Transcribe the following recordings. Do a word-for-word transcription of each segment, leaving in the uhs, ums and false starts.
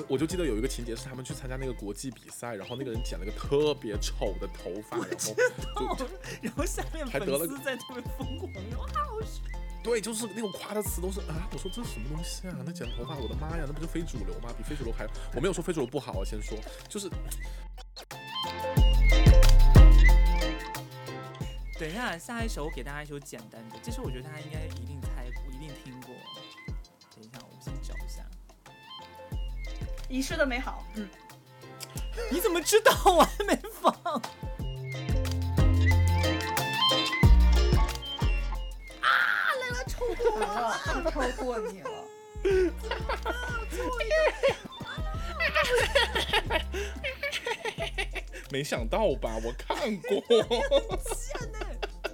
我就记得有一个情节是他们去参加那个国际比赛，然后那个人剪了个特别丑的头发，然后就然后下面粉丝在特别疯狂，哇，好帅。 对，就是那种夸的词都是啊，我说这是什么东西啊？那剪头发，我的妈呀，那不就非主流吗？比非主流还……我没有说非主流不好啊，先说就是。 等一下，下一首我给大家一首简单的，这首我觉得大家应该一定猜过，一定听过。等一下，我们先找一下。 遗失的美好。嗯， 你怎么知道我还没放？ 啊，来了，超过我，超过你了。 没想到吧？我看过。 贱呢！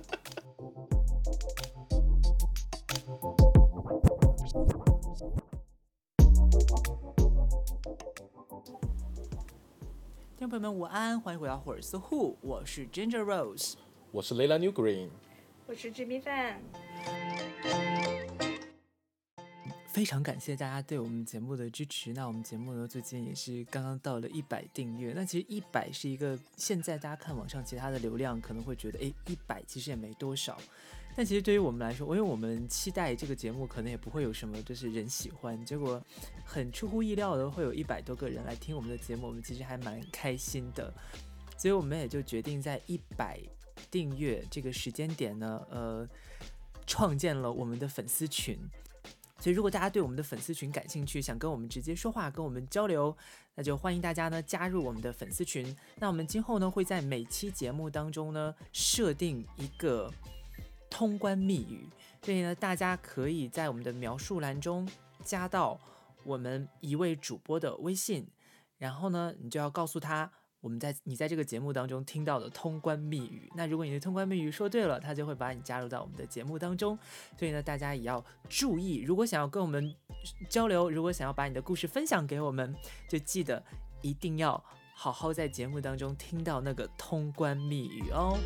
听众朋友们，午安，欢迎回到霍尔斯户，我是 Ginger Rose， 我是 Layla New Green， 我是 Jimmy Fan。 非常感谢大家对我们节目的支持。那我们节目呢，最近也是刚刚到了一百订阅。那其实一百是一个，现在大家看网上其他的流量，可能会觉得，哎，一百其实也没多少。但其实对于我们来说，因为我们期待这个节目可能也不会有什么就是人喜欢，结果很出乎意料的会有一百多个人来听我们的节目，我们其实还蛮开心的。所以我们也就决定在一百订阅这个时间点呢，呃，创建了我们的粉丝群。所以如果大家对我们的粉丝群感兴趣，想跟我们直接说话，跟我们交流，那就欢迎大家呢加入我们的粉丝群。那我们今后呢会在每期节目当中呢设定一个通关密语，所以呢大家可以在我们的描述栏中加到我们一位主播的微信，然后呢你就要告诉他我们在你在这个节目当中听到的通关密语。那如果你的通关密语说对了，他就会把你加入到我们的节目当中。所以呢，大家也要注意，如果想要跟我们交流，如果想要把你的故事分享给我们，就记得一定要好好在节目当中听到那个通关密语哦。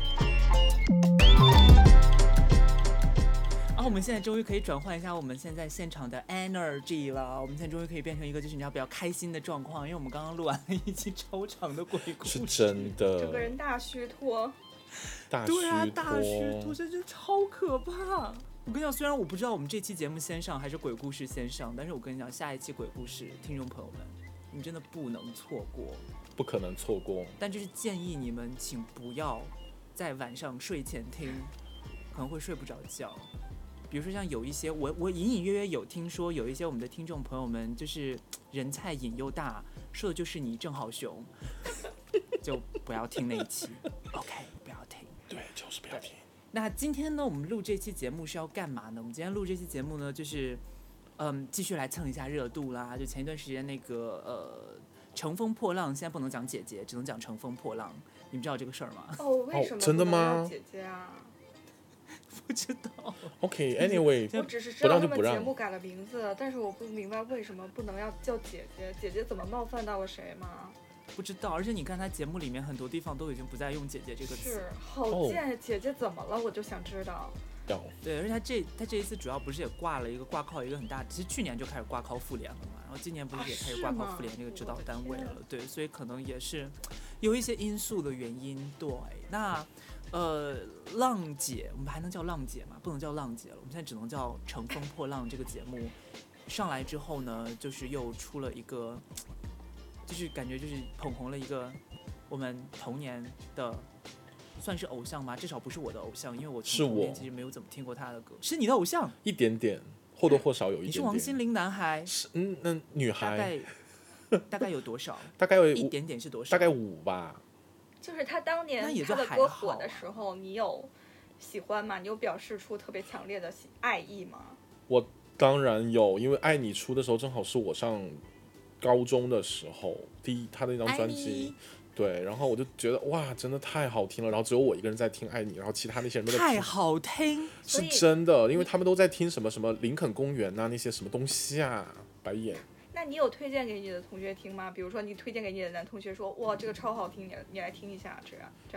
啊，我们现在终于可以转换一下我们现在现场的 energy 了。我们现在终于可以变成一个就是你知道比较开心的状况，因为我们刚刚录完了一期超长的鬼故事， 是真的， 整个人大虚脱。 大虚脱， 对啊，大虚脱，这真超可怕。我跟你讲，虽然我不知道我们这期节目先上还是鬼故事先上，但是我跟你讲，下一期鬼故事，听众朋友们，你们真的不能错过， 不可能错过。 但就是建议你们，请不要在晚上睡前听，可能会睡不着觉。比如说像有一些我我隐隐约约有听说有一些我们的听众朋友们就是人菜瘾又大，说的就是你郑好雄，就不要听那一期，OK， 不要听， 对，就是不要听。 那今天呢，我们录这期节目是要干嘛呢？我们今天录这期节目呢，就是嗯，继续来蹭一下热度啦。就前一段时间那个呃，乘风破浪，现在不能讲姐姐，只能讲乘风破浪。你们知道这个事儿吗？ 哦，为什么、 哦、真的吗？ 姐姐啊。 不知道。 OK，Anyway，、 okay, 我只是知道他们节目改了名字，但是我不明白为什么不能要叫姐姐，姐姐怎么冒犯到了谁吗？ 不知道，而且你看他节目里面很多地方都已经不再用姐姐这个词， 是好贱、哦，姐姐怎么了？我就想知道。 对，而且他这他这一次主要不是也挂了一个挂靠一个很大，其实去年就开始挂靠妇联了嘛，然后今年不是也开始挂靠妇联这个指导单位了，对，所以可能也是有一些因素的原因。对，那呃，浪姐，我们还能叫浪姐吗？不能叫浪姐了，我们现在只能叫乘风破浪这个节目上来之后呢，就是又出了一个，就是感觉就是捧红了一个我们童年的。算是偶像吗？至少不是我的偶像，因为我童年其实没有怎么听过他的歌。是你的偶像？ 一点点，或多或少有一点点。 你是王心凌男孩？ 是，嗯，那女孩大概大概有多少？ 大概有一点点是多少？ 大概五吧。 就是他当年他的歌火的时候，你有喜欢吗？你有表示出特别强烈的爱意吗？ 我当然有，因为《爱你》出的时候正好是我上高中的时候，第一他的那张专辑。对，然后我就觉得哇，真的太好听了。然后只有我一个人在听《爱你》，然后其他那些人都在听。 太好听， 是真的，因为他们都在听什么什么林肯公园啊，那些什么东西啊，白眼。 那你有推荐给你的同学听吗？比如说你推荐给你的男同学说，哇，这个超好听，你你来听一下，这样这样子。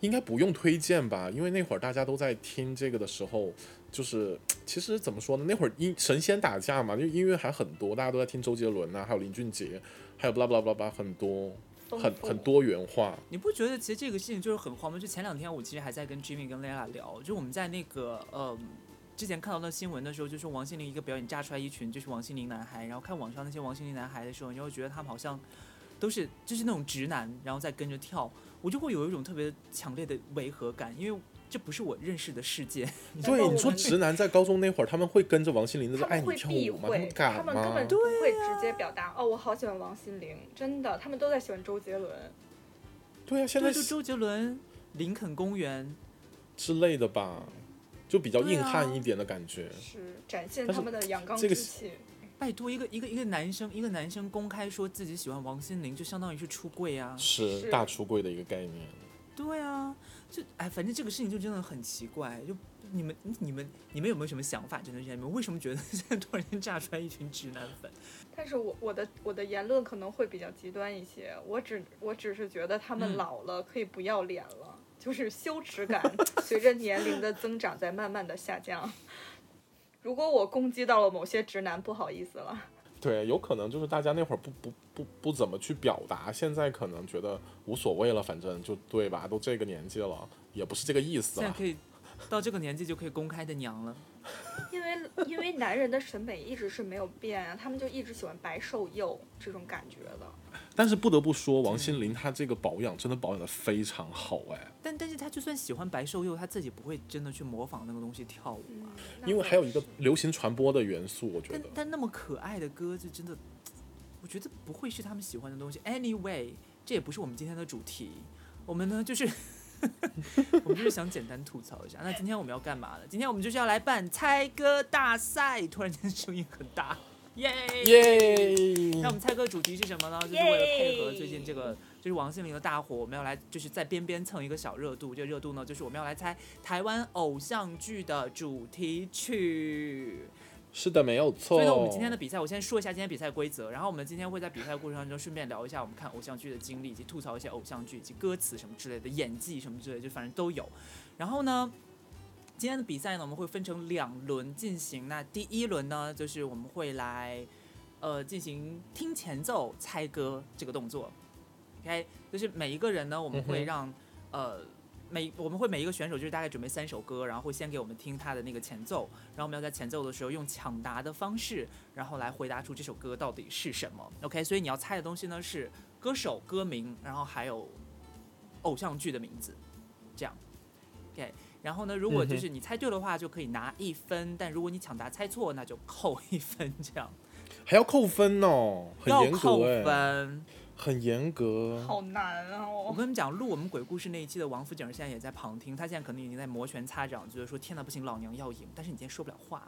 应该不用推荐吧，因为那会儿大家都在听这个的时候，就是其实怎么说呢，那会儿音神仙打架嘛，就音乐还很多，大家都在听周杰伦啊，还有林俊杰，还有 blah blah blah blah 很多，很很多元化。 你不觉得其实这个事情就是很荒谬？就前两天我其实还在跟 Jimmy 跟 Lela 聊，就我们在那个呃之前看到那新闻的时候，就是王心凌一个表演炸出来一群就是王心凌男孩，然后看网上那些王心凌男孩的时候，你就会觉得他们好像都是就是那种直男，然后再跟着跳。我就会有一种特别强烈的违和感，因为这不是我认识的世界。 对，你说直男在高中那会儿，他们会跟着王心凌的爱你跳舞吗？ 他们敢吗？ 他们根本不会直接表达、啊、哦，我好喜欢王心凌，真的，他们都在喜欢周杰伦。 对啊，现在就周杰伦、林肯公园之类的吧，就比较硬汉一点的感觉， 啊、是展现他们的阳刚之气。这个拜托，一个一个一个男生，一个男生公开说自己喜欢王心凌，就相当于是出柜啊， 是大出柜的一个概念。 对啊，就哎，反正这个事情就真的很奇怪。就你们、你们、你们有没有什么想法？真的是你们为什么觉得现在突然间炸出来一群直男粉？ 但是我我的我的言论可能会比较极端一些。我只我只是觉得他们老了，可以不要脸了，嗯、就是羞耻感随着年龄的增长在慢慢的下降。如果我攻击到了某些直男，不好意思了。 对，有可能就是大家那会儿不不不不怎么去表达，现在可能觉得无所谓了，反正就对吧？都这个年纪了，也不是这个意思了。 现在可以到这个年纪就可以公开的娘了。 因为因为男人的审美一直是没有变啊，他们就一直喜欢白瘦幼这种感觉的。 但是不得不说，王心凌她这个保养真的保养得非常好哎。 但但是她就算喜欢白瘦幼，她自己不会真的去模仿那个东西跳舞啊。 嗯、 因为还有一个流行传播的元素，我觉得。 但但那么可爱的歌，就真的，我觉得不会是他们喜欢的东西。Anyway， 这也不是我们今天的主题。我们呢，就是我们就是想简单吐槽一下。那今天我们要干嘛呢？今天我们就是要来办猜歌大赛。突然间声音很大。耶耶！那我们猜歌主题是什么呢？就是为了配合最近这个就是王心凌的大火，我们要来就是在边边蹭一个小热度。这个热度呢，就是我们要来猜台湾偶像剧的主题曲。 是的，没有错。 所以呢，我们今天的比赛，我先说一下今天比赛规则，然后我们今天会在比赛过程当中顺便聊一下我们看偶像剧的经历，以及吐槽一些偶像剧以及歌词什么之类的，演技什么之类的，就反正都有。然后呢，今天的比赛呢，我们会分成两轮进行。那第一轮呢，就是我们会来，呃，进行听前奏猜歌这个动作。OK， 就是每一个人呢，我们会让、嗯、呃每我们会每一个选手就是大概准备三首歌，然后会先给我们听他的那个前奏，然后我们要在前奏的时候用抢答的方式，然后来回答出这首歌到底是什么。OK， 所以你要猜的东西呢是歌手、歌名，然后还有偶像剧的名字，这样。OK。然后呢，如果就是你猜对的话，就可以拿一分；但如果你抢答猜错，那就扣一分，这样。 还要扣分哦，很严格哎。要扣分， 很严格， 好难啊！ 我跟你们讲，录我们鬼故事那一期的王府井现在也在旁听，他现在可能已经在摩拳擦掌，觉得说天哪，不行，老娘要赢。但是你今天说不了话，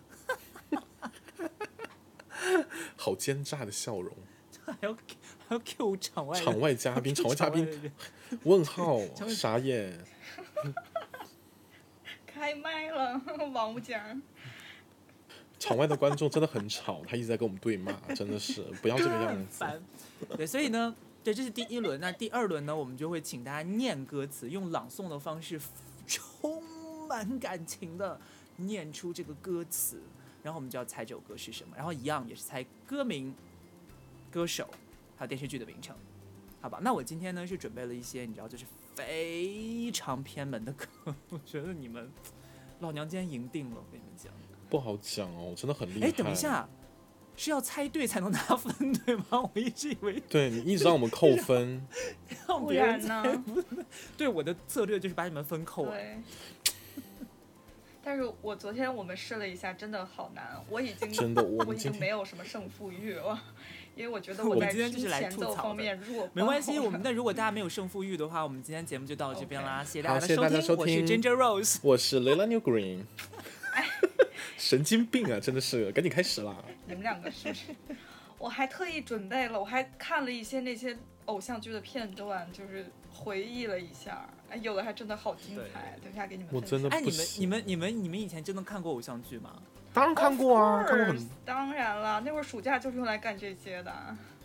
好奸诈的笑容。 还要还要 Q 场外场外嘉宾，场外嘉宾，问号，傻眼。 开麦了，王府井。 场外的观众真的很吵，他一直在跟我们对骂，真的是不要这个样子。 对，所以呢，对，这是第一轮。那第二轮呢，我们就会请大家念歌词，用朗诵的方式，充满感情的念出这个歌词，然后我们就要猜这首歌是什么。然后一样也是猜歌名、歌手，还有电视剧的名称，好吧？那我今天呢是准备了一些，你知道，就是非常偏门的歌，我觉得你们老娘今天赢定了，我跟你们讲。 不好讲哦，真的很厉害。 哎，等一下，是要猜对才能拿分对吗？我一直以为。 对，你一直让我们扣分， 让别人猜不对，我的策略就是把你们分扣。 对。但是我昨天我们试了一下，真的好难，我已经真的 我, 我已经没有什么胜负欲了，因为我觉得我在听前奏方面弱。 没关系，我们但如果大家没有胜负欲的话，我们今天节目就到这边啦， okay. 谢谢大家的收听。我是 Ginger Rose， 我是 Lela New Green。神经病啊，真的是，赶紧开始啦！ 你们两个是不是？我还特意准备了，我还看了一些那些偶像剧的片段，就是回忆了一下，哎，有的还真的好精彩。等一下给你们分享。 我真的不哎，你们、你们、你们、你们以前真的看过偶像剧吗？ 当然看过啊，看过很。 当然了，那会儿暑假就是用来干这些的。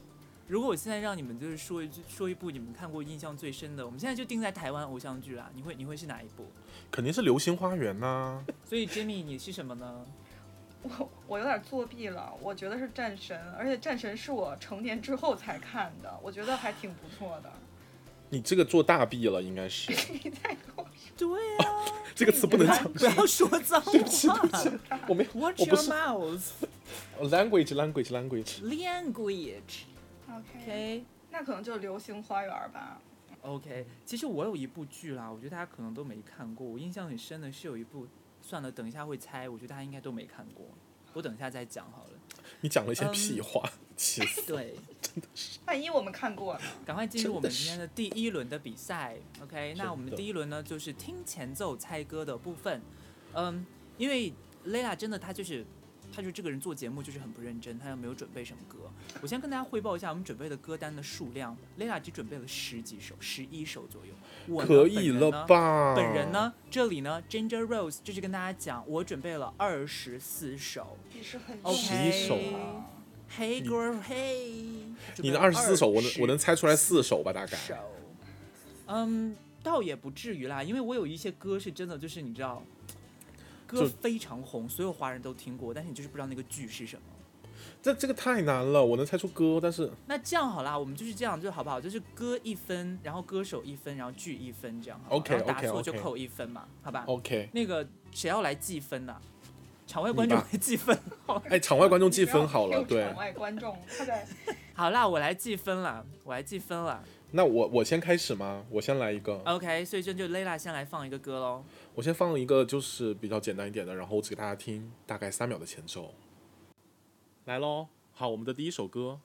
如果我现在让你们就是说一句说一部你们看过印象最深的，我们现在就定在台湾偶像剧啦，你会你会是哪一部？ 肯定是《流星花园》呐。 所以 Jimmy 你是什么呢？ 我我有点作弊了，我觉得是战神，而且战神是我成年之后才看的，我觉得还挺不错的。 你这个做大弊了，应该是。 你在跟我说？ 对啊， 这个词不能讲。 不要说脏话。 对不起，对不起，我没， Watch 我不 your 是 mouth. language language language Language. OK，, OK 那可能就是《流星花园》吧。 OK， 其实我有一部剧啦，我觉得大家可能都没看过。我印象很深的是有一部，算了，等一下会猜，我觉得大家应该都没看过。我等一下再讲好了。 你讲了一些屁话，气、嗯、死！ 对， 真的是。 万一我们看过呢？ 赶快进入我们今天的第一轮的比赛。OK， 那我们的第一轮呢，就是听前奏猜歌的部分。嗯，因为 Layla 真的她就是。他就这个人做节目就是很不认真，他又没有准备什么歌。我先跟大家汇报一下我们准备的歌单的数量。Layla 只准备了十几首，十一首左右。我可以了吧？ 本人呢，这里呢 ，Ginger Rose 就是跟大家讲，我准备了二十四首。 也是很十一首啊。Hey girl, hey。 你的二十四首，我能我能猜出来四首吧，大概。 嗯，倒也不至于啦，因为我有一些歌是真的，就是你知道。歌非常红，所有华人都听过，但是你就是不知道那个剧是什么。 这这个太难了，我能猜出歌，但是那这样好啦，我们就是这样，就好不好？就是歌一分，然后歌手一分，然后剧一分，这样好不好 ？OK OK OK。 答错就扣一分嘛，好吧 ？OK。 那个谁要来计分呢、啊？场外观众来计分。 哎，场外观众计分好了，对。 场外观众，他在。 好啦，我来计分了，我来计分了。 那我我先开始吗？我先来一个。 OK， 所以就就 Layla 先来放一个歌喽。 我先放一个就是比较简单一点的，然后我只给大家听大概三秒的前奏。来咯，好，我们的第一首歌。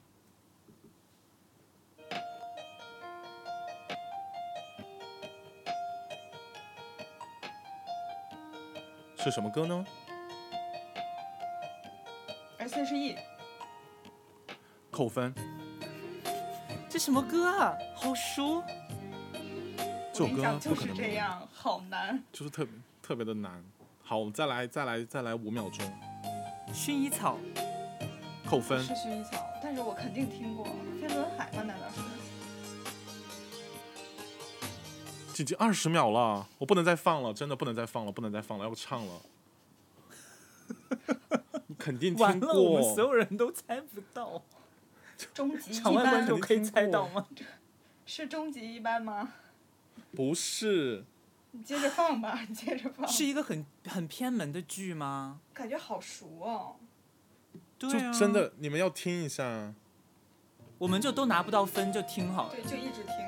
是什么歌呢 ？S H E。 扣分。 这什么歌啊？好熟。 这首歌就是这样，好难， 就是特别特别的难。好，我们再来再来再来五秒钟。 薰衣草。 扣分。 是薰衣草，但是我肯定听过。飞轮海吗？难道是？ 仅仅二十秒了，我不能再放了，真的不能再放了，不能再放了，要不唱了。你肯定听过。 完了，我们所有人都猜不到。 终极一班， 场外观众可以猜到吗？ 是终极一班吗？ 不是。 你接着放吧，你接着放。 是一个很很偏门的剧吗？ 感觉好熟哦。 对啊。 就真的，你们要听一下。 我们就都拿不到分，就听好了。 对，就一直听。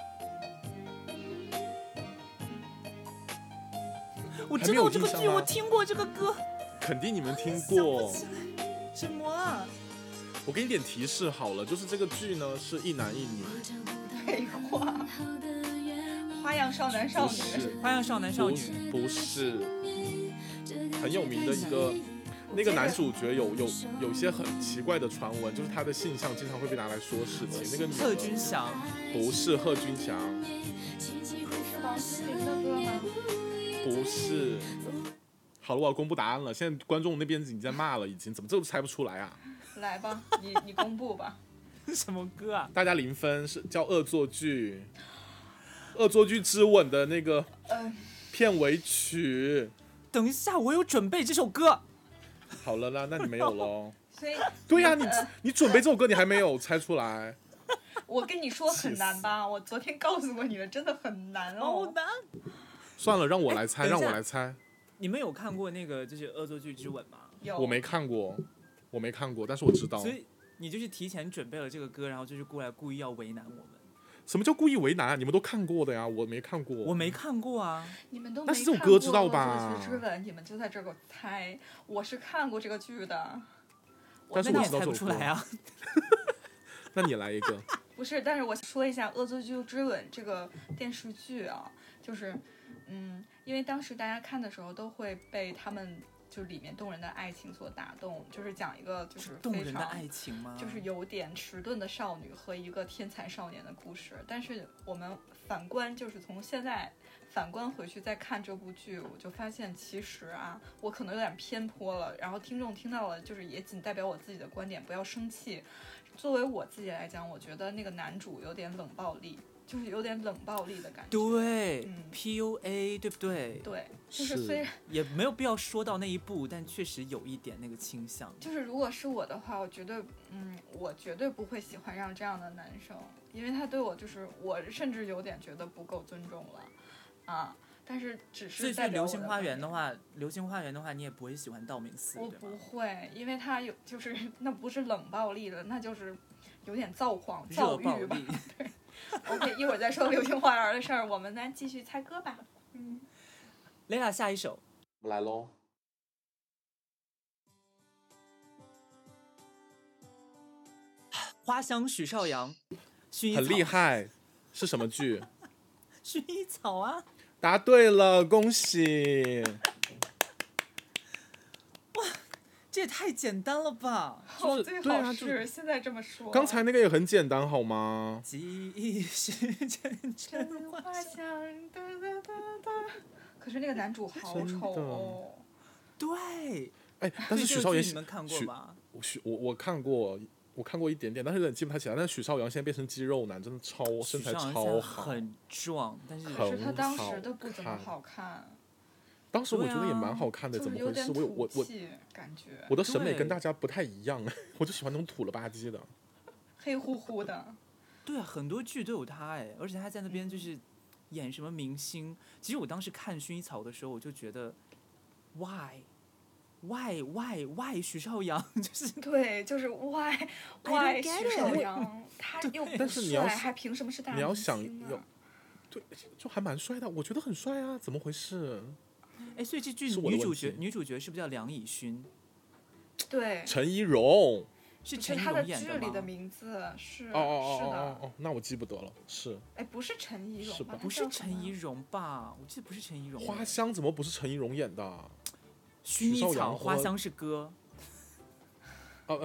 我知道这个剧，我听过这个歌。 肯定你们听过。 什么啊？ 我给你点提示好了，就是这个剧呢是一男一女。 废话。花样少男少女。 花样少男少女。 不是。很有名的一个，那个男主角有有有一些很奇怪的传闻，就是他的性向经常会被拿来说事情。那个女贺军翔。 不是贺军翔。 是王心凌的歌吗？ 不是。好了，我要公布答案了。现在观众那边已经在骂了，已经怎么这都猜不出来啊？ 来吧，你你公布吧。 什么歌啊？ 大家零分，是叫《恶作剧》，《恶作剧之吻》的那个片尾曲。 等一下，我有准备这首歌。 好了啦，那你没有喽。 所以对呀、啊，你你准备这首歌，你还没有猜出来。 我跟你说很难吧？我昨天告诉过你了，真的很难哦。 好难。 算了，让我来猜，让我来猜。 你们有看过那个就是《恶作剧之吻》吗？ 有。 我没看过，我没看过，但是我知道。 所以你就是提前准备了这个歌，然后就是过来故意要为难我们。 什么叫故意为难啊？你们都看过的呀，我没看过。 我没看过啊。 你们都没看过。 但是这首歌知道吧？ 恶作剧之吻，你们就在这给我猜。我是看过这个剧的。 但是我知道猜不出来啊。 那你来一个。 不是，但是我说一下《恶作剧之吻》这个电视剧啊，就是，嗯，因为当时大家看的时候都会被他们就里面动人的爱情所打动，就是讲一个就是动非常人的爱情吗？ 就是有点迟钝的少女和一个天才少年的故事。但是我们反观，就是从现在反观回去再看这部剧，我就发现其实啊，我可能有点偏颇了，然后听众听到了就是也仅代表我自己的观点，不要生气。作为我自己来讲，我觉得那个男主有点冷暴力，就是有点冷暴力的感觉。 对、 嗯、 P U A 对不对？ 对，就是虽然也没有必要说到那一步，但确实有一点那个倾向。 就是如果是我的话，我绝对，嗯，我绝对不会喜欢上这样的男生，因为他对我就是我甚至有点觉得不够尊重了，啊。但是只是所以流星花园的话，流星花园的话，你也不会喜欢道明寺， 我不会，因为他有就是那不是冷暴力了，那就是有点躁狂、躁郁吧。对 ，OK， 一会儿再说流星花园的事儿，我们来继续猜歌吧。嗯， 雷拉下一首， 来喽。 花香许绍洋，薰衣草很厉害，是什么剧？ 薰衣草啊。 答对了，恭喜！ 哇，这也太简单了吧！ 哦，最好是现在这么说。 刚才那个也很简单，好吗？ 记忆是阵阵花香， 可是那个男主好丑哦。 对， 哎，但是许绍洋你们看过吧？ 许我我看过。我看过一点点，但是有点记不太起来。但是许绍洋现在变成肌肉男，真的超身材超好， 很壮，但是可是他当时的不怎么好看。 当时我觉得也蛮好看的， 啊、 怎么回事？我有我我感觉我的审美跟大家不太一样，我就喜欢那种土了吧唧的， 黑乎乎的。 对啊，很多剧都有他哎，而且他在那边就是演什么明星。其实我当时看薰衣草的时候，我就觉得 ，why？why why why 许绍洋就是对，就是 why why 许绍洋，他又不帅，还凭什么是大明星啊？ 你要想有，对，就还蛮帅的，我觉得很帅啊，怎么回事？ 哎，所以这剧女主角女主角是不是叫梁以勋？ 对， 陈怡蓉是陈怡蓉演的吗？ 他的剧里的名字是哦哦是的哦哦，那我记不得了，是哎，不是陈怡蓉吧？ 不是陈怡蓉吧？我记得不是陈怡蓉。 花香怎么不是陈怡蓉演的？ 薰衣草花香是歌。 哦，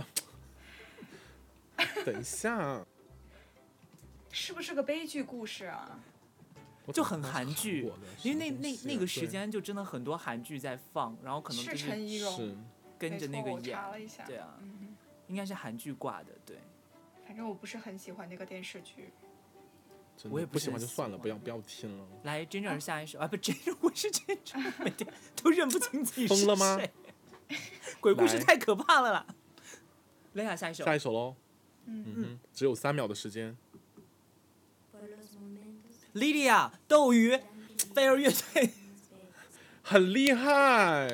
等一下， 是不是个悲剧故事啊？ 就很韩剧，因为那那那个时间就真的很多韩剧在放，然后可能就是陈怡蓉跟着那个演，对啊， 嗯、 应该是韩剧挂的，对。 反正我不是很喜欢那个电视剧。 我也不喜欢就算了，不要不要听了。 来 ，Ginger 下一首啊，不 ，Ginger 我是 Ginger， 每天都认不清自己是谁。 疯了吗？ 鬼故事太可怕了啦！雷亚下一首， 下一首喽。 嗯嗯，只有三秒的时间。 Lydia 斗鱼，飞儿乐队， 很厉害，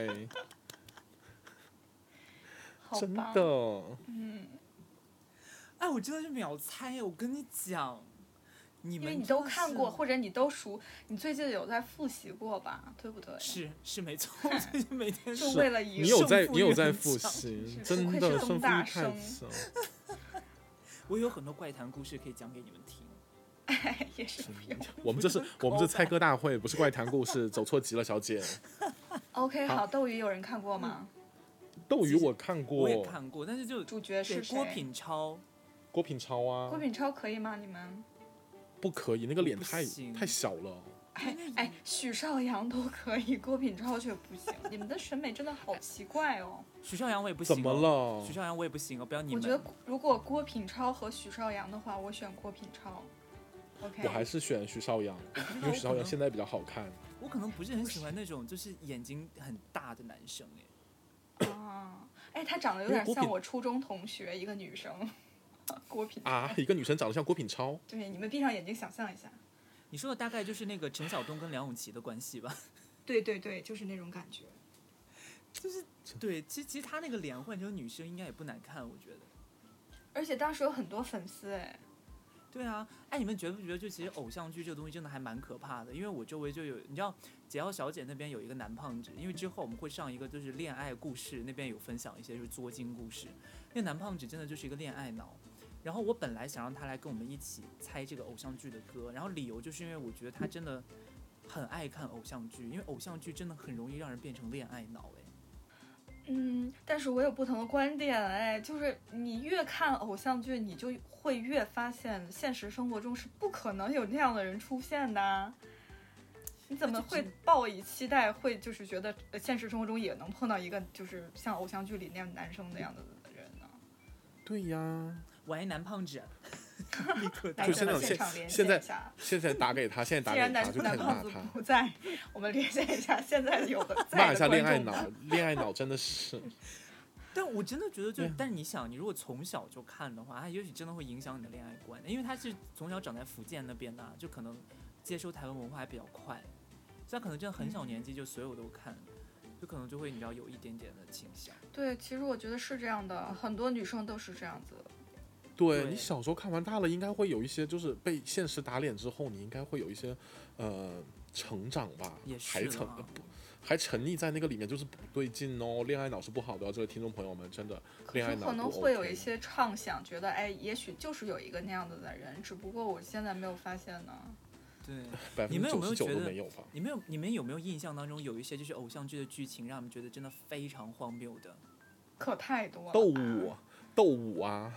真的。 嗯。 哎，我真的是秒猜，我跟你讲。你们因为你都看过，或者你都熟，你最近有在复习过吧？对不对？ 是是没错，最近每天就为了一个你有在你有在复习，真的胜负欲太强。 我有很多怪谈故事可以讲给你们听。 哎，也是。 我们这是我们这猜歌大会，不是怪谈故事，走错集了，小姐。 OK， 好，斗鱼有人看过吗？ 斗鱼我看过， 我也看过，但是就主角是郭品超。 郭品超啊。 郭品超可以吗？你们？ 不可以，那个脸太太小了。 哎哎，许绍洋都可以，郭品超却不行。你们的审美真的好奇怪哦。 许绍洋我也不行、哦。 怎么了？ 许绍洋我也不行哦，不要你们。 我觉得如果郭品超和许绍洋的话，我选郭品超。OK。 我还是选许绍洋，因为许绍洋现在比较好看。 我可能不是很喜欢那种就是眼睛很大的男生哎。 啊，哎，他长得有点像我初中同学一个女生。郭品啊，一个女生长得像郭品超。 对，你们闭上眼睛想象一下。 你说的大概就是那个陈晓东跟梁咏琪的关系吧？ 对对对，就是那种感觉。 就是对，其实其实他那个脸换成女生应该也不难看，我觉得。 而且当时有很多粉丝哎。 对啊，哎，你们觉不觉得就其实偶像剧这个东西真的还蛮可怕的？因为我周围就有，你知道桀骜小姐那边有一个男胖子，因为之后我们会上一个就是恋爱故事，那边有分享一些就是作精故事。那个男胖子真的就是一个恋爱脑。然后我本来想让他来跟我们一起猜这个偶像剧的歌，然后理由就是因为我觉得他真的很爱看偶像剧，因为偶像剧真的很容易让人变成恋爱脑哎。 嗯，但是我有不同的观点，哎，就是你越看偶像剧，你就会越发现现实生活中是不可能有那样的人出现的。你怎么会抱以期待，会就是觉得现实生活中也能碰到一个就是像偶像剧里那样男生那样的人呢？ 对呀， 我爱男胖子。立刻就现在现场连现在一下， 现在打给他，现在打既然给他就开男男胖子始骂他， 不在，我们连线一下现在有的在骂一下的恋爱脑观众们， 恋爱脑真的是。 但我真的觉得就， 对但你想，你如果从小就看的话，它也许真的会影响你的恋爱观，因为他是从小长在福建那边的、啊，就可能接收台湾文化还比较快，所以他可能真的很小年纪就所有都看，就可能就会你知道有一点点的倾向。 对，其实我觉得是这样的，很多女生都是这样子的。 对对你小时候看完大了，应该会有一些，就是被现实打脸之后，你应该会有一些呃成长吧， 也是还沉啦不还沉溺在那个里面，就是不对劲哦。恋爱脑是不好的哦，这位听众朋友们，真的可恋爱脑不是可能 OK。 会有一些畅想，觉得哎，也许就是有一个那样子的人，只不过我现在没有发现呢。 对， 百分你们有之九十九没有觉得都没有吧？ 你们有你们有没有印象当中有一些就是偶像剧的剧情让你们觉得真的非常荒谬的？ 可太多了吧。 斗舞，斗舞啊！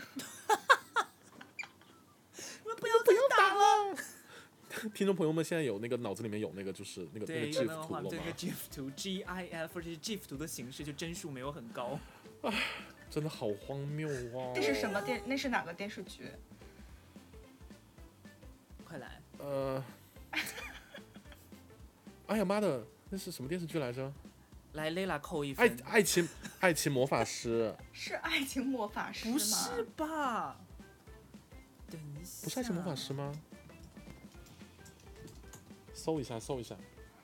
你们不要不要打了。 听众朋友们，现在有那个脑子里面有那个就是那个那对， 个有 GIF 那个画面，对， 图了吗那个 GIF 图 G I F 或者是 GIF 图的形式，就帧数没有很高。 真的好荒谬哦！ 那是什么电？那是哪个电视剧？ 快来， 呃，哎呀妈的，那是什么电视剧来着？ 来 Layla 扣一爱分。 爱情爱情魔法师， 是《爱情魔法师》吗？ 不是吧？等一下， 不是爱情魔法师吗？搜一下，搜一下。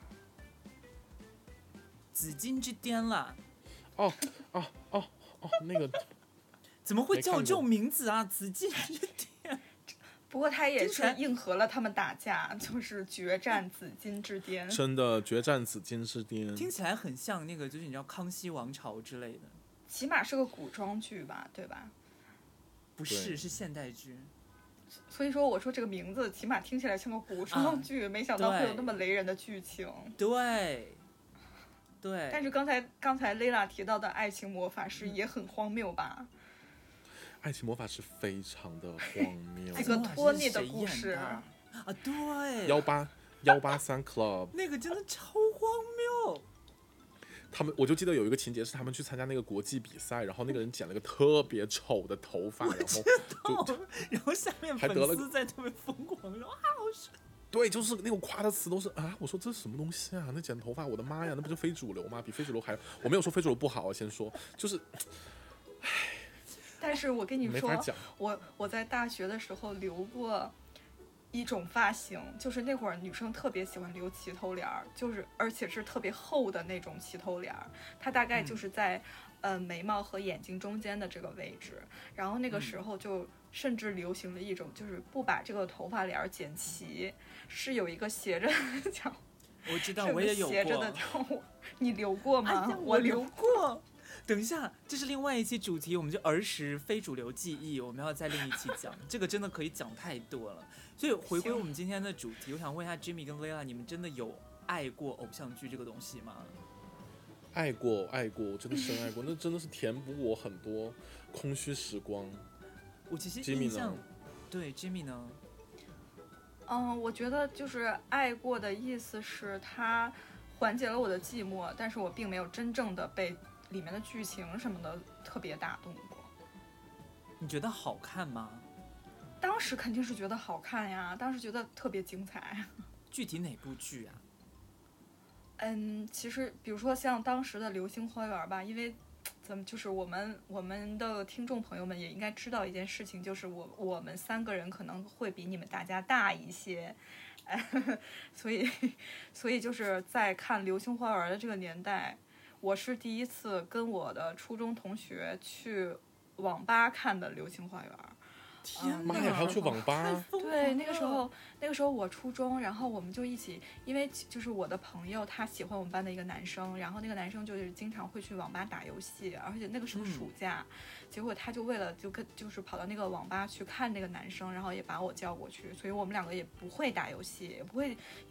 紫禁之巅啦， 哦哦哦哦，那个怎么会叫没看过这种名字啊？紫禁之巅。 不过他也听起来是应和了他们打架，就是决战紫禁之巅。 真的决战紫禁之巅， 听起来很像那个，就是你知道康熙王朝之类的， 起码是个古装剧吧，对吧？ 不对是，是现代剧。 所以说我说这个名字起码听起来像个古装剧，没想到会有那么雷人的剧情。 对，对。 但是刚才刚才 Layla 提到的爱情魔法师也很荒谬吧？ 爱情魔法师非常的荒谬。 这个托尼的故事啊，对， 幺八幺八三 Club， 那个真的超荒谬。 他们我就记得有一个情节是他们去参加那个国际比赛，然后那个人剪了个特别丑的头发，然后就然后下面粉还得了丝在特别疯狂说啊，好帅。 对，就是那种夸的词都是啊，我说这是什么东西啊？那剪头发，我的妈呀，那不就非主流吗？比非主流还……我没有说非主流不好啊，先说就是， 但是我跟你说没法讲， 我我在大学的时候留过一种发型，就是那会儿女生特别喜欢留齐头帘儿，就是而且是特别厚的那种齐头帘儿，它大概就是在、嗯、呃眉毛和眼睛中间的这个位置，然后那个时候就甚至流行了一种，就是不把这个头发帘儿剪齐，是有一个斜着的角， 我知道，我也有过。 斜着的角，你留过吗？ 哎呀，我留过。等一下，这是另外一期主题，我们就儿时非主流记忆，我们要再另一期讲，这个真的可以讲太多了。所以回归我们今天的主题，我想问一下 Jimmy 跟 Layla， 你们真的有爱过偶像剧这个东西吗？ 爱过爱过，我真的深爱过，那真的是填补我很多空虚时光。 我其实 Jimmy 印象， 呢对 Jimmy 呢？ 嗯，我觉得就是爱过的意思是它缓解了我的寂寞，但是我并没有真正的被里面的剧情什么的特别打动过。 你觉得好看吗？ 当时肯定是觉得好看呀，当时觉得特别精彩。 具体哪部剧啊？ 嗯，其实比如说像当时的《流星花园》吧，因为怎么就是我们我们的听众朋友们也应该知道一件事情，就是我我们三个人可能会比你们大家大一些，所以所以就是在看《流星花园》的这个年代，我是第一次跟我的初中同学去网吧看的《流星花园》。 天妈呀，还要去网吧？ 对，那个时候，那个时候我初中，然后我们就一起，因为就是我的朋友他喜欢我们班的一个男生，然后那个男生就是经常会去网吧打游戏，而且那个时候暑假，嗯、结果他就为了就跟就是跑到那个网吧去看那个男生，然后也把我叫过去，所以我们两个也不会打游戏，也不会用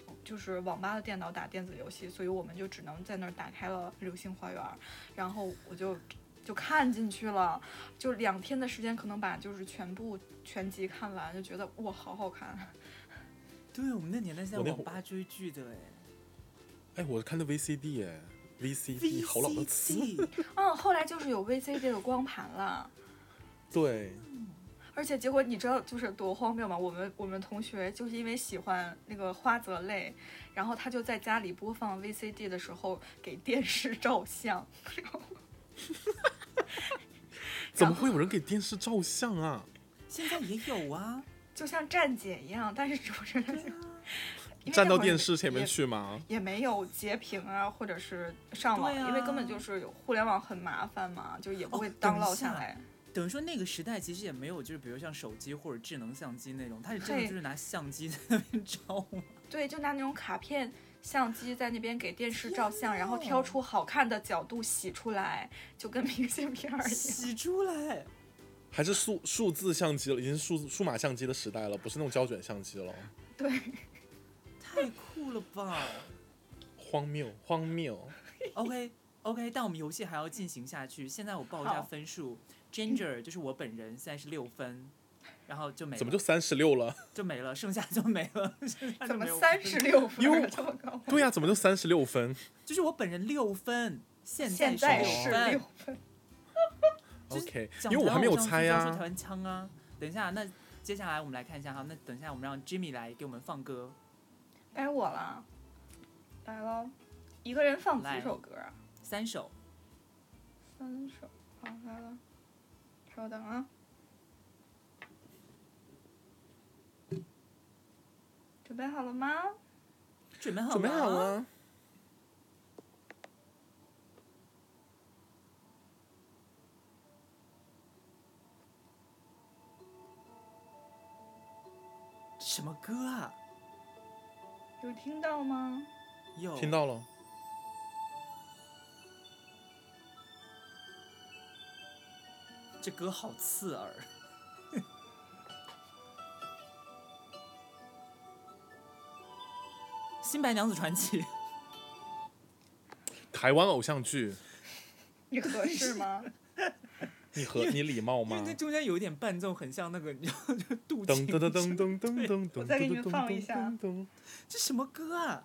就是网吧的电脑打电子游戏，所以我们就只能在那儿打开了流星花园，然后我就就看进去了，就两天的时间可能把就是全部全集看完，就觉得哇好好看。 对，我们那年代是在我那网吧追剧的哎。 哎，我看的 V C D 哎 ，V C D 好老的词。 嗯，后来就是有 V C D 的光盘了。 对。 而且结果你知道就是多荒谬吗？我们我们同学就是因为喜欢那个花泽类，然后他就在家里播放 V C D 的时候给电视照相。 怎么会有人给电视照相啊？ 现在也有啊， 就像站姐一样，但是主持人站到电视前面去吗？ 也没有截屏啊，或者是上网， 啊、 因为根本就是互联网很麻烦嘛，就也不会当落下来。 哦，等于说那个时代其实也没有，就是比如像手机或者智能相机那种，它是真的就是拿相机在那边照吗？ 对，就拿那种卡片相机在那边给电视照相，然后挑出好看的角度洗出来，就跟明信片一样。 洗出来， 还是数数字相机了，已经是数数码相机的时代了，不是那种胶卷相机了。 对， 太酷了吧！ 荒谬，荒谬。 OK OK， 但我们游戏还要进行下去。现在我报一下分数。Ginger 就是我本人，现在是六分，然后就没了。 怎么就三十六了？ 就没了，剩下就没了。 怎么三十六分？ 因为对呀、啊，怎么就三十六分？ 就是我本人六分，现在是六分。 OK， 因为我还没有猜呀、 啊。台湾腔啊，等一下，那接下来我们来看一下哈，那等一下我们让 Jimmy 来给我们放歌。 该我了，来了，一个人放几首歌啊？ 三首。 三首，好，来了。稍等啊，准备好了吗？ 准备好了， 准备好了。 什么歌啊？ 有听到吗？ 有， 听到了。 这歌好刺耳。新白娘子传奇， 台湾偶像剧， 你合适吗？ 你合你礼貌吗？ 因为那中间有一点伴奏，很像那个，你知道，就杜噔噔噔噔噔噔噔噔， 我再给你们放一下。 这什么歌啊？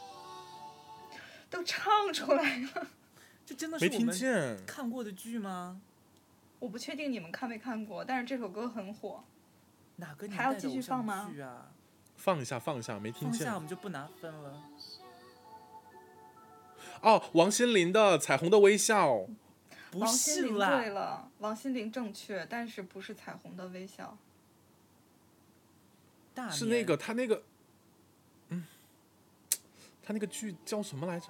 都唱出来了。 这真的是我们看过的剧吗？ 我不确定你们看没看过，但是这首歌很火。 哪个年代的偶像剧啊？还要继续放吗？ 放一下，放一下，没听见。 放下我们就不拿分了。 哦，王心凌的《彩虹的微笑》。 不是啦。 对了，王心凌正确，但是不是《彩虹的微笑》。 是那个他那个，嗯，他那个剧叫什么来着？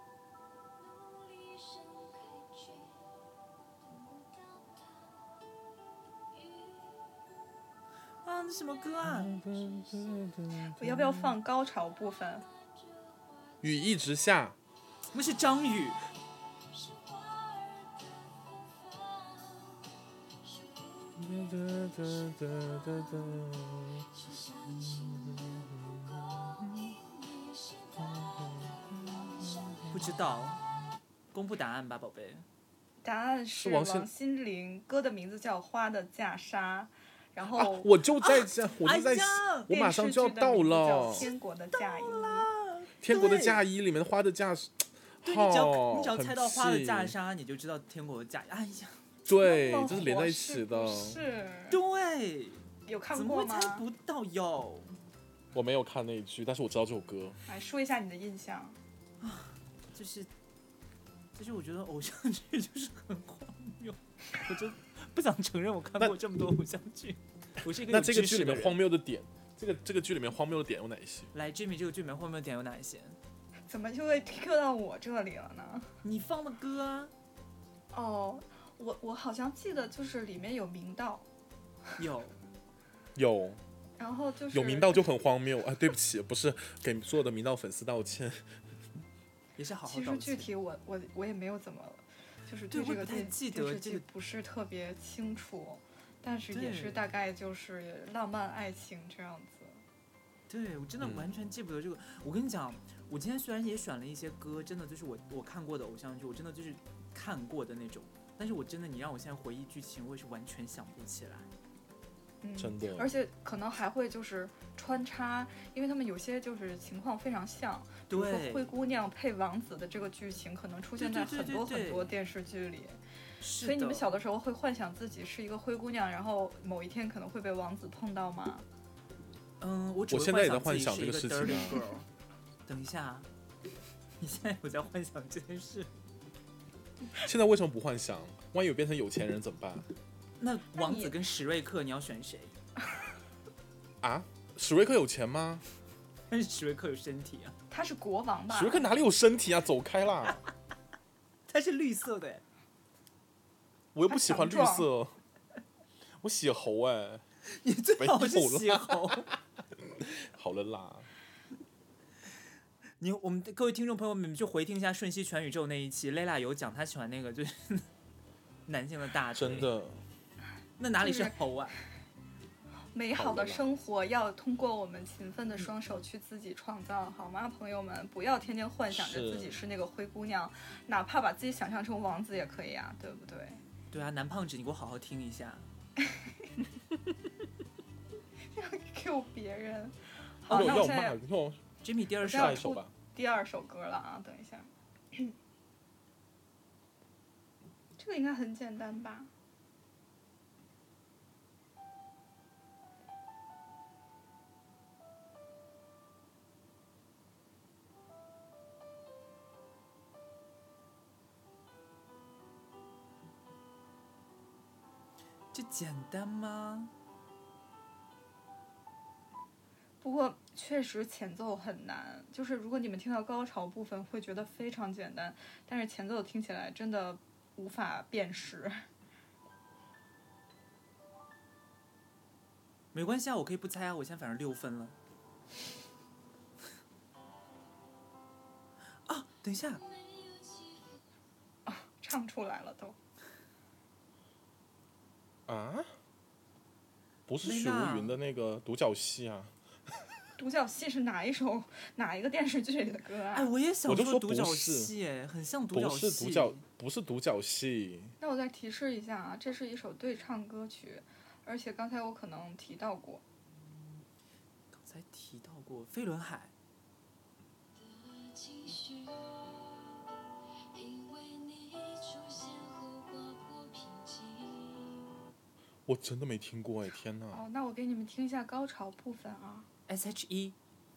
啊，那什么歌啊？ 我要不要放高潮部分？ 雨一直下。 那是张宇。不知道，公布答案吧，宝贝。 答案是王心凌，歌的名字叫《花的嫁纱》。然后、 啊、我就在这、啊，我就在、 哎， 我马上就要到了。 天国的嫁衣， 天国的嫁衣里面的花的嫁纱， 对，你只要你只要猜到花的嫁纱，你就知道天国的嫁衣。哎呀， 对，这是连在一起的。 是， 对， 有看过吗？ 怎么会猜不到哟？ 我没有看那一句，但是我知道这首歌。 来说一下你的印象啊，就是，就是我觉得偶像剧就是很荒谬，我真。不想承认我看过这么多偶像剧，我是一个有知识的人。那这个剧里面荒谬的点，这个这个剧里面荒谬的点有哪些？ 来 ，Jimmy， 这个剧里面荒谬的点有哪一些？ 怎么就会 Q 到我这里了呢？ 你放的歌啊？ 哦，我我好像记得就是里面有明道。 有。 有。 然后就是有明道就很荒谬啊！对不起，不是给所有的明道粉丝道歉。 也是好好道歉。 其实具体我我我也没有怎么。就是对这个电视剧不是特别清楚，但是也是大概就是浪漫爱情这样子。 对我真的完全记不得这个。嗯、我跟你讲，我今天虽然也选了一些歌，真的就是我我看过的偶像剧，我真的就是看过的那种，但是我真的你让我现在回忆剧情，我也是完全想不起来。 嗯， 真的， 而且可能还会就是穿插，因为他们有些就是情况非常像，比如说灰姑娘配王子的这个剧情，可能出现在很多很多电视剧里。所以你们小的时候会幻想自己是一个灰姑娘，然后某一天可能会被王子碰到吗？ 嗯，我我现在也在幻想这个事情啊。 等一下，你现在有在幻想这件事？ 现在为什么不幻想？万一有变成有钱人怎么办？ 那王子跟史瑞克，你要选谁？ 啊，史瑞克有钱吗？ 但是史瑞克有身体啊。 他是国王吧？ 史瑞克哪里有身体啊？走开啦！ 他是绿色的。 我又不喜欢绿色，我血猴哎、欸！ 你最好是血猴。 好了啦， 你我们各位听众朋友们就回听一下《瞬息全宇宙》那一期 ，Layla 有讲她喜欢那个就是男性的大腿， 真的。 那哪里是猴啊？ 美好的生活要通过我们勤奋的双手去自己创造，好吗，朋友们？不要天天幻想着自己是那个灰姑娘，哪怕把自己想象成王子也可以啊，对不对？ 对啊，男胖子，你给我好好听一下。 要 Q 别人。好， 哦、 那我现在 Jimmy 第二首下一首吧。 第二首歌了啊，等一下。这个应该很简单吧？ 这简单吗？ 不过确实前奏很难，就是如果你们听到高潮部分会觉得非常简单，但是前奏听起来真的无法辨识。 没关系啊，我可以不猜啊，我现在反正六分了。啊，等一下， 啊，唱出来了都。 啊？不是许茹芸的那个独角戏啊？ 独角戏是哪一首哪一个电视剧里的歌啊？ 哎，我也想说独角戏，哎，很像独角戏。 不是独角，不是独角戏。 那我再提示一下啊，这是一首对唱歌曲，而且刚才我可能提到过。 刚才提到过飞轮海。 我真的没听过哎，天哪！ 哦，那我给你们听一下高潮部分啊。 S H E。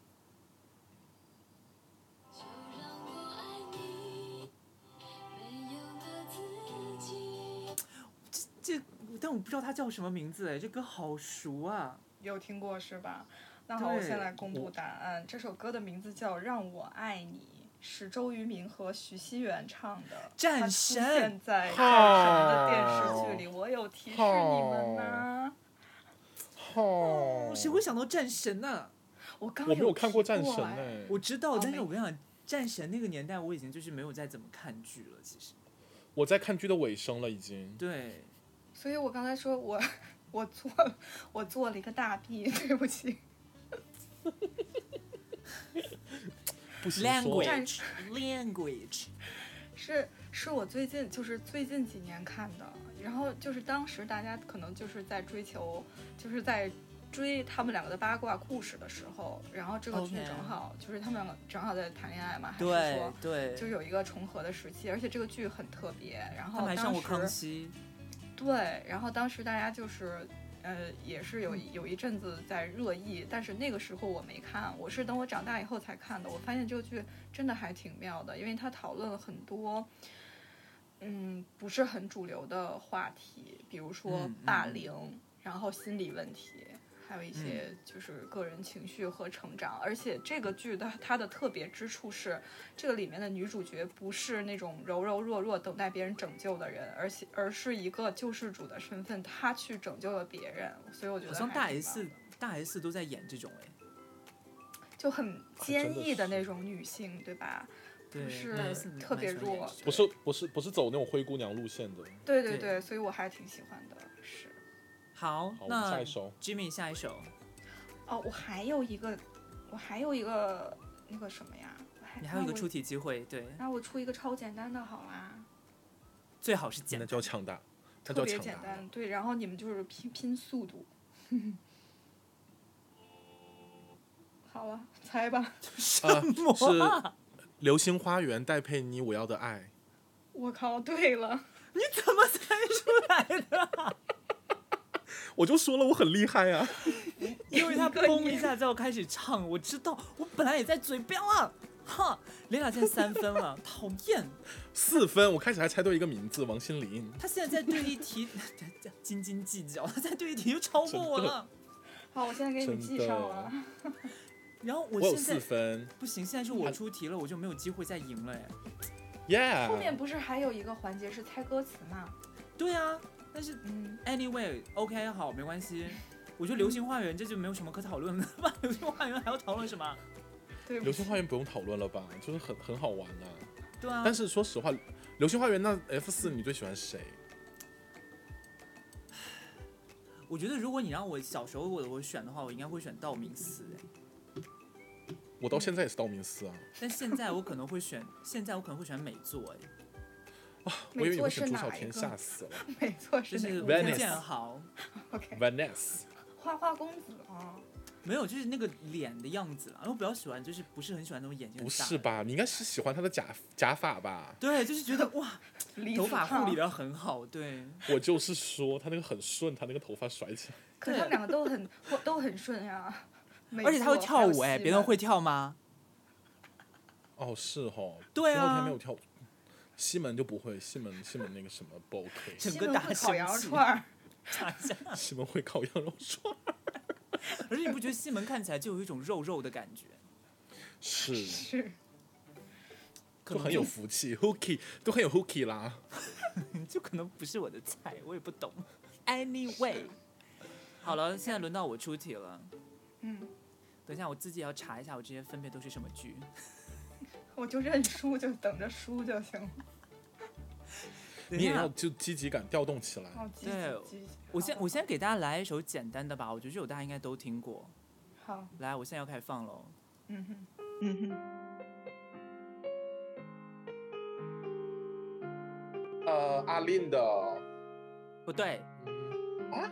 这这，但我不知道它叫什么名字哎，这歌好熟啊。 有听过是吧？那好，我先来公布答案。这首歌的名字叫《让我爱你》。是周渝民和徐熙媛唱的， 战神， 他出现在战神的电视剧里。我有提示你们呢。 哦，谁会想到战神呢、啊？ 我刚我没有看过战神哎、欸， 我知道，但是我跟你讲，战神那个年代我已经就是没有再怎么看剧了。其实我在看剧的尾声了，已经。 对， 所以我刚才说我我做我做了一个大弊，对不起。 不行 language language 是是我最近就是最近几年看的，然后就是当时大家可能就是在追求，就是在追他们两个的八卦故事的时候，然后这个剧正好、okay. 就是他们两个正好在谈恋爱嘛，还是说对， 就有一个重合的时期，而且这个剧很特别，然后他们还上过康熙， 对，然后当时大家就是。呃，也是有有一阵子在热议，但是那个时候我没看，我是等我长大以后才看的。我发现这个剧真的还挺妙的，因为它讨论了很多，嗯，不是很主流的话题，比如说霸凌，嗯嗯、然后心理问题，还有一些就是个人情绪和成长。嗯、而且这个剧的它的特别之处是，这个里面的女主角不是那种柔柔弱弱等待别人拯救的人，而且而是一个救世主的身份，她去拯救了别人。所以我觉得好像大 S 大 S 都在演这种哎， 就很坚毅的那种女性，啊、对吧？ 对， 不是特别弱， 不是不是不是走那种灰姑娘路线的。 对对 对, 对，所以我还挺喜欢的。是。 好， 好那下一首 Jimmy 下一首。 哦，我还有一个我还有一个那个什么呀？ 你还有一个出题机会，对。 那我出一个超简单的好啦。 最好是简单。 那叫抢答，那特别叫抢答。 简单，对，然后你们就是拼拼速度。好了，猜吧。 什么、 啊？是《流星花园》戴佩妮《我要的爱》。 我靠，对了， 你怎么猜出来的？ 我就说了我很厉害啊！ 因为他嘣一下之后开始唱，我知道，我本来也在嘴边了。哈，连雅现在三分了，讨厌。 四分，我开始还猜对一个名字，王心凌。 他现在在对一题斤斤计较，他在对一题就超过我了。 好，我现在给你们记上了。 然后我现在有四分， 不行，现在是我出题了，我就没有机会再赢了哎。 Yeah。 后面不是还有一个环节是猜歌词吗？ 对啊，但是嗯 ，anyway，OK， 好，没关系。我觉得《流星花园》这就没有什么可讨论的吧？《流星花园》还要讨论什么？ 对， 流星花园不用讨论了吧？就是很很好玩啊。 对啊。 但是说实话，流星花园那 F 四你最喜欢谁？ 我觉得如果你让我小时候我我选的话，我应该会选道明寺哎。 我到现在也是道明寺啊。 但现在我可能会选，现在我可能会选美作哎。 啊，我以为你会选朱孝天，吓死了。 美作是就是吴建豪。 OK。 Vanessa。 花花公子啊。 没有，就是那个脸的样子啦。我比较喜欢，就是不是很喜欢那种眼睛。 不是吧？你应该是喜欢他的假假发吧？ 对，就是觉得哇，头发护理的很好。对， 我就是说他那个很顺，他那个头发甩起来。 可是他们两个都很都很顺呀。 而且他会跳舞哎，别人会跳吗？ 哦，是哦。 对啊。 朱孝天没有跳舞，西门就不会，西门西门那个什么不 OK。 整个大烤羊肉串。 西门会烤羊肉串。 而且你不觉得西门看起来就有一种肉肉的感觉？ 是是， 都很有福气 ，hooky 都很有 hooky 啦。 就可能不是我的菜，我也不懂。Anyway， 好了，现在轮到我出题了。 嗯， 等一下我自己要查一下，我这些分别都是什么剧。 我就认输，就等着输就行了。 你也要就积极感调动起来。 哦、 对，我先我先给大家来一首简单的吧，我觉得这首大家应该都听过。 好， 来，我现在要开始放喽。 嗯哼，嗯哼。呃，阿令的。 不对。 啊？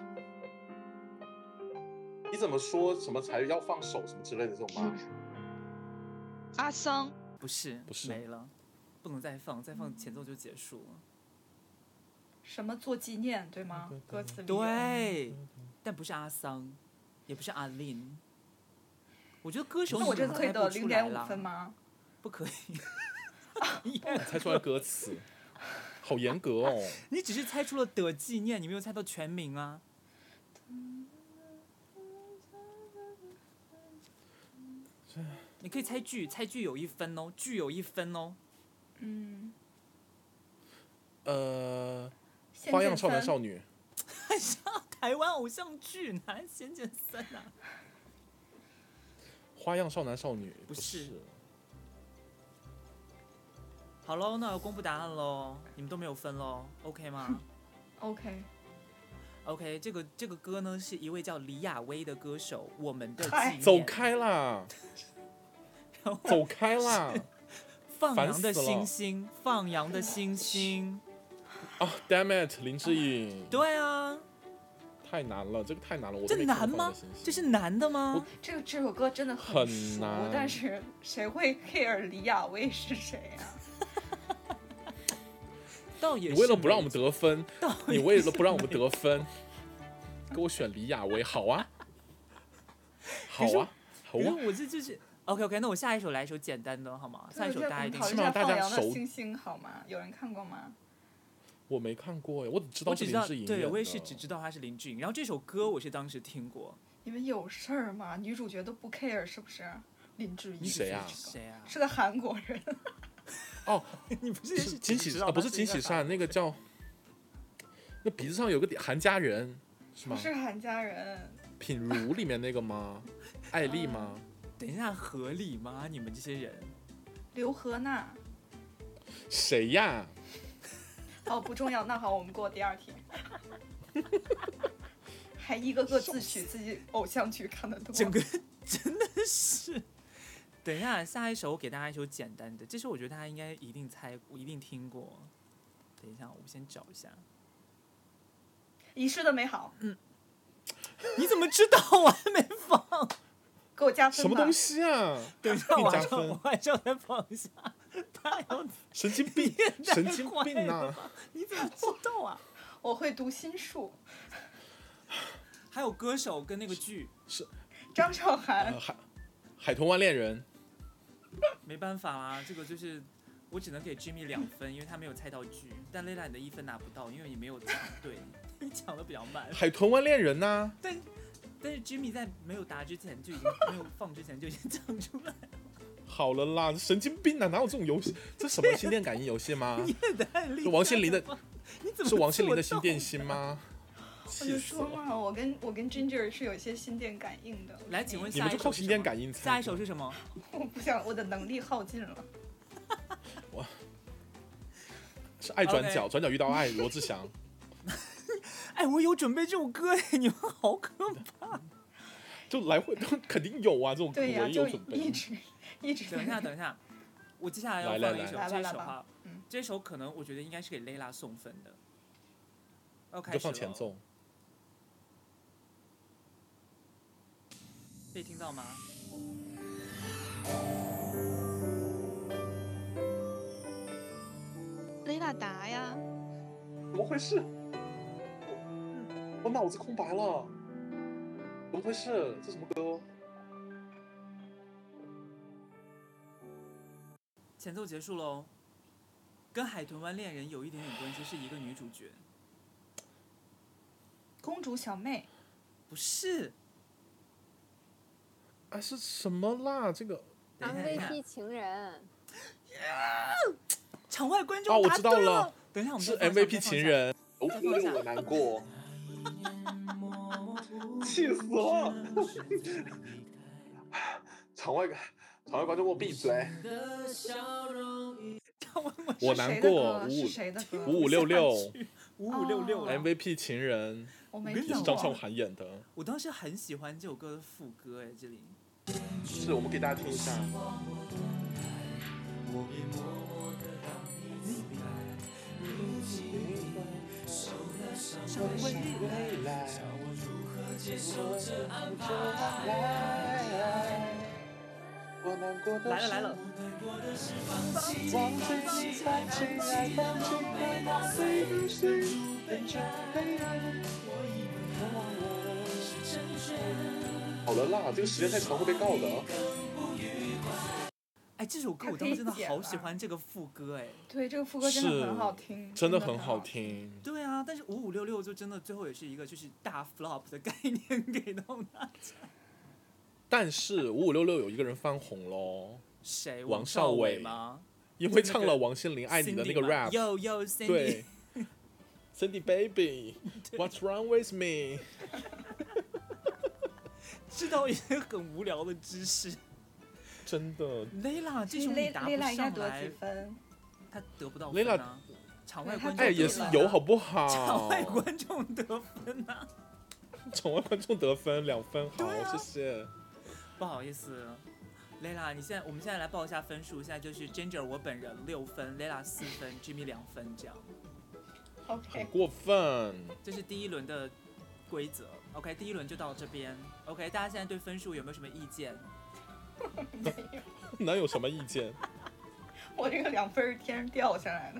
你怎么说什么才要放手什么之类的这种吗？ 阿桑。 不是， 不是， 没了，不能再放，再放前奏就结束了。 什么做纪念对吗？歌词里对，但不是阿桑，也不是阿令。我觉得歌手那我这次可以得零点五分吗？ 不可以。 你猜出来歌词，好严格哦。 你只是猜出了的纪念，你没有猜到全名啊。你可以猜剧，猜剧有一分哦，剧有一分哦。 嗯。 呃。花样少男少女， 还是台湾偶像剧哪《仙剑三》啊？ 花样少男少女不是。 不是好喽，那我公布答案喽，你们都没有分喽 ，OK 吗 ？OK。 OK， 这个这个歌呢是一位叫李雅薇的歌手，我们的纪念。 走开啦！走开啦！ 放羊的星星，放羊的星星。 啊 ，Damn it， 林志颖。 对啊， 太难了，这个太难了，我这难吗？这是难的吗？ 这个这首歌真的很很难， 但是谁会 care 李雅薇是谁啊？ 倒也是。 你为了不让我们得分，你为了不让我们得分，给我选李雅薇，好啊，好啊，好啊。 我这就是 OK OK， 那我下一首来一首简单的好吗？下一首大家一定考虑一下放羊的星星好吗？有人看过吗？ 我没看过耶，我只知道是林志颖。 对，我也是只知道他是林志颖。然后这首歌我是当时听过。 你们有事儿吗？女主角都不 care 是不是？林志颖谁啊？ 谁啊？ 是个韩国人。 哦， 你不是也是金喜啊？不是金喜善，那个叫那鼻子上有个点韩家人是吗？ 不是韩家人。 品如里面那个吗？艾丽吗？ 等一下，合理吗？你们这些人？ 刘荷娜。 谁呀？ 哦，不重要。那好，我们过第二题。 还一个个自诩自己偶像剧看得多， 整个真的是。等一下，下一首我给大家一首简单的，这首我觉得大家应该一定猜，我一定听过。等一下，我先找一下。 遗失的美好。 嗯，你怎么知道我还没放？ 给我加分吧。 什么东西啊？ 等一下，我加分， 我还是要再放一下。他要神经病，神经病啊！ 你怎么知道啊？ 我会读心术。 还有歌手跟那个剧是张韶涵。 呃、海海豚湾恋人。 没办法啦，这个就是我只能给 Jimmy 两分，因为他没有猜到剧。但 Layla 你的一分拿不到，因为你没有讲对，你讲的比较慢。 海豚湾恋人呐、啊， 但但是 Jimmy 在没有答之前就已经没有放之前就已经讲出来了。 好了啦，神经病啊！哪有这种游戏？这什么心电感应游戏吗？ 你也太厉害了！ 是王心凌的， 你怎么是王心凌的心电心吗？ 我就说嘛，我跟我跟 Ginger 是有一些心电感应的。 来，请问你们就靠心电感应猜。 下一首是什么？ 我不想，我的能力耗尽了。 我是爱转角， Okay. 转角遇到爱，罗志祥。 哎，我有准备这首歌哎，你们好可怕！ 就来回肯定有啊，这种歌对呀、 我也有准备。 一直一直。 等一下，等一下，我接下来要放一首来来来这首哈， 嗯， 这首可能我觉得应该是给 Layla 送分的。OK， 就放前奏。 可以听到吗？ 雷拉达呀！ 怎么回事？我脑子空白了，怎么回事？这什么歌？ 前奏结束喽，跟《海豚湾恋人》有一点点关系，是一个女主角。 公主小妹？ 不是。 啊，是什么啦？这个 M V P 情人。 场外观众哦，我知道了。 等一下，我们是 M V P 情人。 我我难过，气死了！场外场外观众给我闭嘴！我难过。五五六六， 五五六六 M V P 情人， 我没也是张韶涵演的。 我当时很喜欢这首歌的副歌，哎，这里是我们给大家听一下。 来了来了。 好了啦，这个时间太长会被告的。 哎，这首歌我当时真的好喜欢这个副歌，哎， 对，这个副歌真的很好听， 真的很好听。 对啊，但是五五六六就真的最后也是一个就是大 flop 的概念给到大家。 但是五五六六有一个人翻红喽， 谁？ 王少伟吗？ 因为唱了王心凌《爱你》的那个 rap。 Yo yo Cindy。 对。Cindy baby，What's wrong with me？ 知道一些很无聊的知识。 真的。 Layla 这首你答不上来。 Layla 应该得几分？ 他得不到分啊。场外观众哎也是有好不好？ 场外观众得分啊。 场外观众得分两分，好，啊、谢谢。 不好意思 ，Layla， 你现在我们现在来报一下分数，现在就是 Ginger 我本人六分 ，Layla 四分 ，Jimmy 两分这样。 OK。 很过分。 这是第一轮的规则 ，OK， 第一轮就到这边 ，OK， 大家现在对分数有没有什么意见？ 没有。 哪有什么意见？ 我这个两分是天上掉下来的。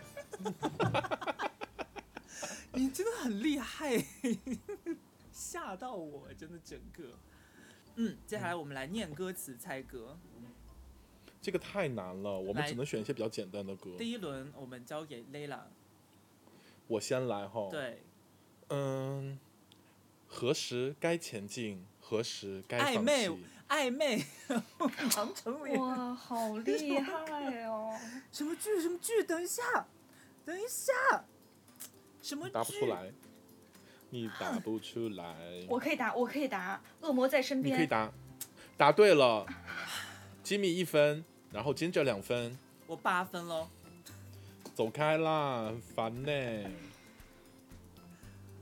你真的很厉害，吓到我，真的整个。嗯，接下来我们来念歌词猜歌。 这个太难了，我们只能选一些比较简单的歌。 第一轮我们交给 Layla。 我先来哈。 对。 嗯，何时该前进？何时该放弃？ 暧昧，暧昧，杨丞琳。 哇，好厉害哦！ 什么剧？什么剧？等一下，等一下，什么剧？ 答不出来。你答不出来。 我可以答，我可以答。恶魔在身边。 你可以答，答对了。Jimmy 一分，然后 Ginger 两分。 我八分喽。 走开啦，很烦呢。 哎，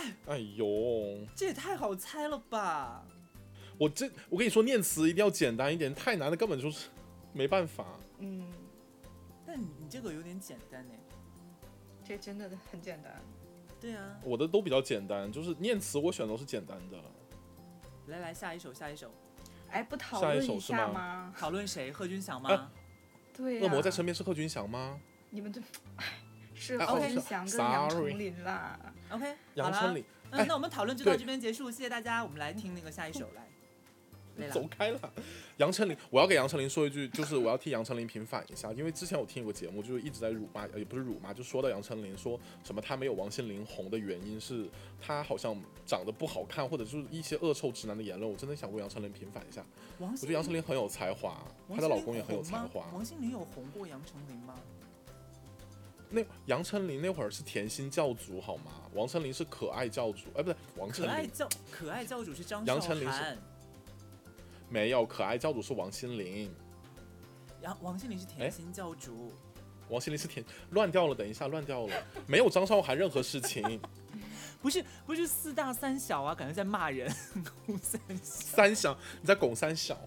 哎呦， 这也太好猜了吧！ 我这我跟你说，念词一定要简单一点，太难的根本就是没办法。 嗯， 但你你这个有点简单哎。 这真的很简单。 对啊， 我的都比较简单，就是念词我选的都是简单的。 来来，下一首，下一首。 哎，不讨下一论一下首是吗吗？ 讨论谁？贺军翔吗？ 啊对呀、 恶魔在身边是贺军翔吗？ 你们这，哎，是哎贺 OK 军翔跟杨 sorry 丞琳啦。 OK， 杨丞琳， 嗯， 哎那我们讨论就到对这边结束，谢谢大家。我们来听那个下一首来。来啦走开了。杨丞琳，我要给杨丞琳说一句，就是我要替杨丞琳平反一下，因为之前我听有个节目，就是一直在辱骂，也不是辱骂，就说到杨丞琳说什么她没有王心凌红的原因是她好像长得不好看，或者就是一些恶臭直男的言论。我真的想为杨丞琳平反一下， 王心我觉得杨丞琳很有才华， 凌她的老公也很有才华。 王心凌有红过杨丞琳吗？ 那杨丞琳那会儿是甜心教主好吗？王丞琳是可爱教主，哎，不对，王丞琳可爱教可爱教主是张韶杨丞琳是涵， 没有，可爱教主是王心凌， 杨王心凌是甜心教主。 王心凌是甜，乱掉了，等一下乱掉了，没有张韶涵任何事情。 不是不是四大三小啊，感觉在骂人。三小三小，你在拱三小。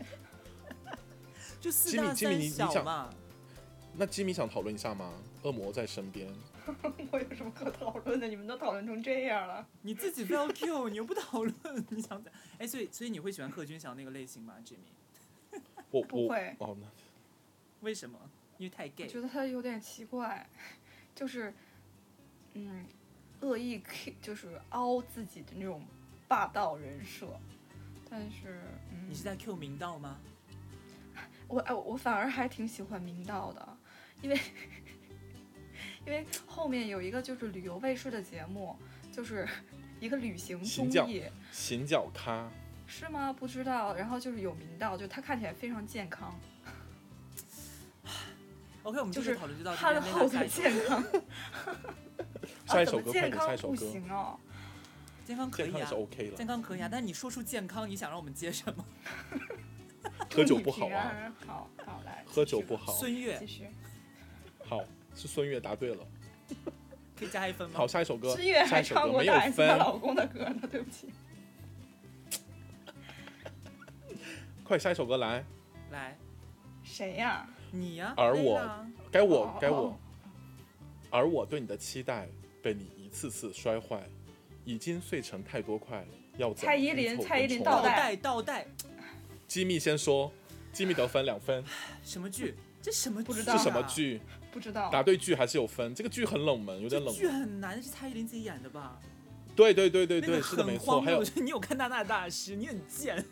就四大吉米吉米你三你想小嘛。 那吉米想讨论一下吗？恶魔在身边， 我有什么可讨论的？你们都讨论成这样了。 你自己非要 Q， 你又不讨论，你想怎？哎，所以所以你会喜欢贺军翔那个类型吗，Jimmy？ 我我不会哦，那为什么？因为太我 gay。 觉得他有点奇怪，就是，嗯，恶意 K 就是凹自己的那种霸道人设，但是，嗯， 你是在 Q 明道吗？ 我哎，我反而还挺喜欢明道的，因为因为后面有一个就是旅游卫视的节目，就是一个旅行综行脚艺， 行脚咖， 是吗？不知道。然后就是有明道，就他看起来非常健康， OK， 我们就是这个讨论就到这憨边。 厚的健康。 下一啊、怎么首歌快点，下健康不一首歌， 行哦。 健康可以啊健康是，OK 了健，康可以啊，但是你说出健康，你想让我们接什么？ 喝酒不好祝你平啊， 安。好好来， 喝酒不好， 孙悦继续。 好是孙悦答对了。 可以加一分吗？ 好，下一首歌， 孙悦还下一首歌唱过大 S 没有分她，老公的歌呢，对不起。 快下一首歌来， 来， 谁呀？ 你呀、 而我累了该我哦该我，而我对你的期待被你一次次摔坏，已经碎成太多块，要怎么蔡依林拼凑蔡依林跟重来倒带倒带， 机密先说，机密得分两分， 什么剧？这什么剧、啊？ 不知道是什么？剧？ 不知道。 答对剧还是有分，这个剧很冷门，有这剧点冷门。 很难，是蔡依林自己演的吧？ 对对对对对， 那个是的， 很没错。还有荒谬我觉得你有看《大大大师》，你很贱。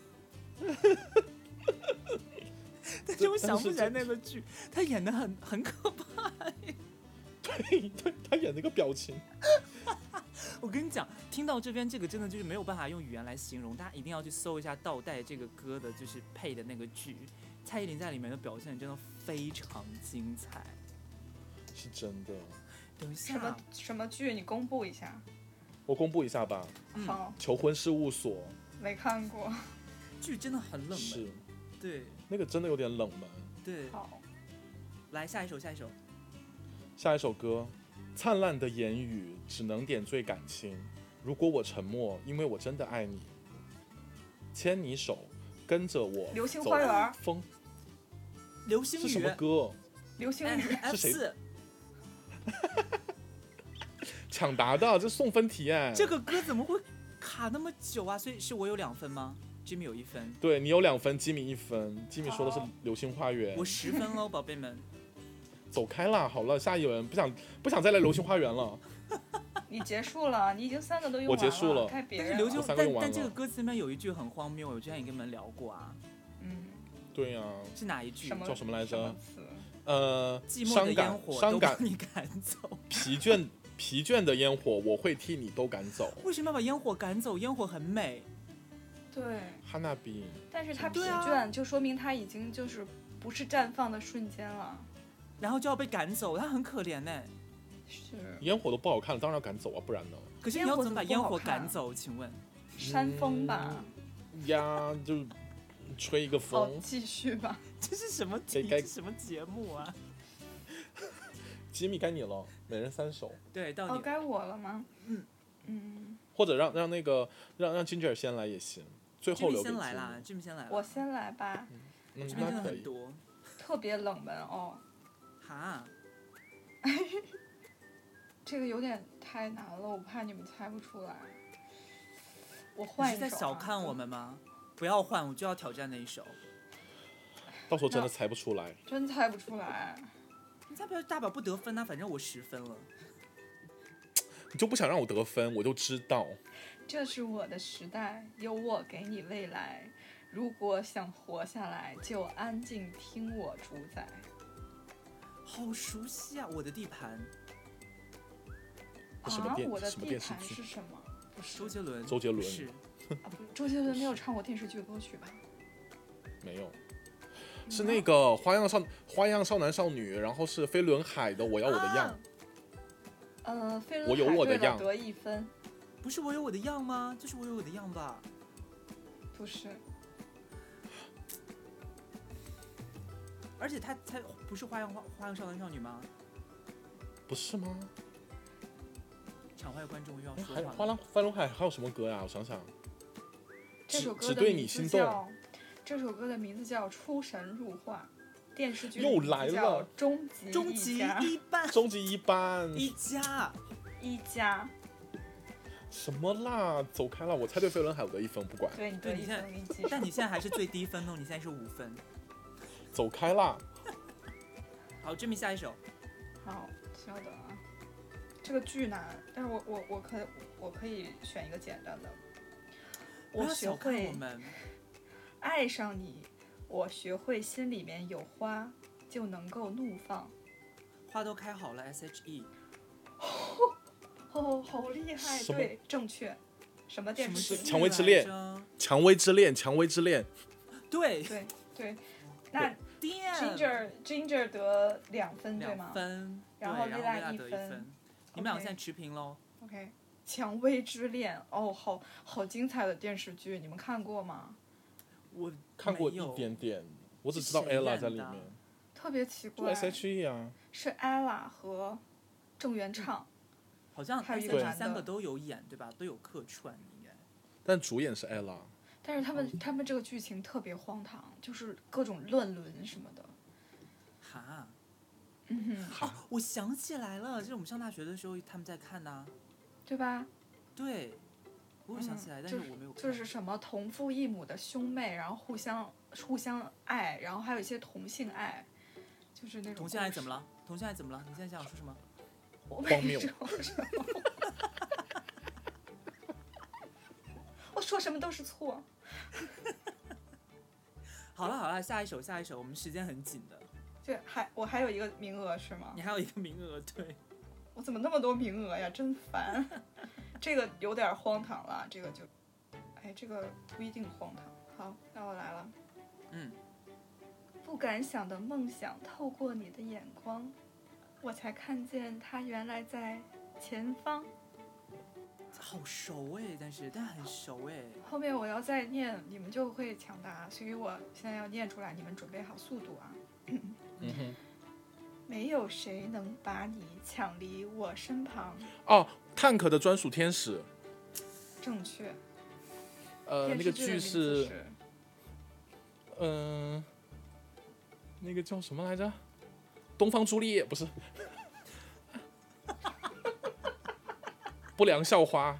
但是我想不起来那个剧，他演的很很可怕。 对对，他演那个表情， 我跟你讲，听到这边这个真的就是没有办法用语言来形容，大家一定要去搜一下《倒带》这个歌的，就是配的那个剧，蔡依林在里面的表现真的非常精彩。 是真的。 等一什么下， 什么剧？你公布一下。 我公布一下吧， 嗯好， 求婚事务所没看过。 剧真的很冷是门。对那个真的有点冷门。 对， 好， 来下一首，下一首。 下一首歌，灿烂的言语只能点缀感情。如果我沉默，因为我真的爱你。牵你手，跟着我。 流星走花园风流星雨是什么歌？ 流星雨。 F 谁四， 抢答的，这送分题哎。 这个歌怎么会卡那么久啊？所以是我有两分吗？Jimmy 有一分， 对你有两分，吉米一分。吉米说的是好 《流星花园我》。十分喽，宝贝们。 走开啦，好了，下一轮不想不想再来《流星花园》了。 你结束了，你已经三个都用完我结束了该别人了。 但是流星我，三个但用完了但这个歌词里面有一句很荒谬，我之前也跟你们聊过啊， 嗯， 对呀、 是哪一句？ 什么叫什么来着什么词？ 呃， 寂寞的烟伤感火伤感都把你赶走。 疲倦疲倦的烟火，我会替你都赶走。 为什么要把烟火赶走？烟火很美。 对， 哈娜比， 但是他疲对啊倦，就说明他已经就是不是绽放的瞬间了。 然后就要被赶走，他很可怜呢。 是烟火都不好看了，当然要赶走啊，不然呢？ 可是你要怎么把烟火烟火怎么不好看赶走？请问， 山峰吧？ 呀，就吹一个好， 风。 继续吧。 这是什么题？ 该这是什么节目啊？ 吉米该你了，每人三首。 对，到哦， 你。 该我了吗？ 嗯。 嗯， 或者让让那个让让 Ginger 先来也行，最后留给先 Jimmy 来啦，Jimmy 先来啦。 我先来吧。 嗯， 这边真的那可以。 很多。 特别冷门哦， 哈， 这个有点太难了，我怕你们猜不出来。我你换一首、啊。 是在小看我们吗？不要换，我就要挑战那一首。 到时候真的猜不出来。 真猜不出来。 你猜不出大不了不得分啊，反正我十分了。 你就不想让我得分，我就知道。 这是我的时代，有我给你未来。如果想活下来，就安静听我主宰。 好熟悉啊！我的地盘。 啊， 什么电我的什么地盘电视剧是什么？不是周杰伦。 周杰伦是。 啊，不是，周杰伦没有唱过电视剧歌曲吧？ 没有。是那个花样少花样少男少女，然后是飞轮海的《我要我的样》。 啊、呃，飞轮我有我的样， 得一分。 不是我有我的样吗？就是我有我的样吧？ 不是。 而且他才不是花样花花样少男少女吗？ 不是吗？ 场外观众又要说还话了。 花浪飞轮海还有什么歌呀？我想想。 这首歌只对的名你心动。 字叫这首歌的名字叫《出神入化》，电视剧又来了。 终极终极一班。 终极一班。 一家。 一家。 什么啦？走开了！我猜对飞轮海，我得一分，不管。 对，你得一分，你记。 但你现在还是最低分哦，你现在是五分。 走开啦！ 好，这边下一首。 好，稍等啊，这个巨难，但是我我我可我可以选一个简单的。我学会我们爱上你，我学会心里面有花就能够怒放。 花都开好了 ，S H E。 哦，好厉害！对，正确。什么电视剧？ 蔷薇之恋。蔷薇之恋，蔷薇之恋。 对对对。那 Ginger Ginger 得两分对吗？ 两分。 然后莉拉一分。你们两个现在持平喽。 OK。蔷薇之恋，哦，好好精彩的电视剧，你们看过吗？ 我看过一点点，我只知道 Ella 在里面。 特别奇怪。 S H E 啊。 是 Ella 和郑元畅。 好像还有一个男的， 三个都有演，对吧？都有客串应该。 但主演是 Ella。 但是他们他们这个剧情特别荒唐，就是各种乱伦什么的。 哈。 嗯哼。哦，我想起来了，就是我们上大学的时候他们在看的、啊。 对吧？ 对，我有想起来， 嗯、 但是我没有看。 就是什么同父异母的兄妹，然后互相互相爱，然后还有一些同性爱，就是那种。 同性爱怎么了？同性爱怎么了？你现在想说什么？ 我没说什么。我说什么都是错。 好了好了，下一首下一首，我们时间很紧的。 对，还我还有一个名额是吗？ 你还有一个名额，对。 我怎么那么多名额呀？真烦。这个有点荒唐了，这个就，哎，这个不一定荒唐。好，那我来了。 嗯。 不敢想的梦想透过你的眼光，我才看见它原来在前方。 好熟哎，但是但很熟哎。 后面我要再念，你们就会抢答，所以我现在要念出来，你们准备好速度啊。 嗯哼。 没有谁能把你抢离我身旁。 哦，探克的专属天使。 正确。 呃，那个剧是，嗯、呃，那个叫什么来着？东方朱丽叶不是？不良校花。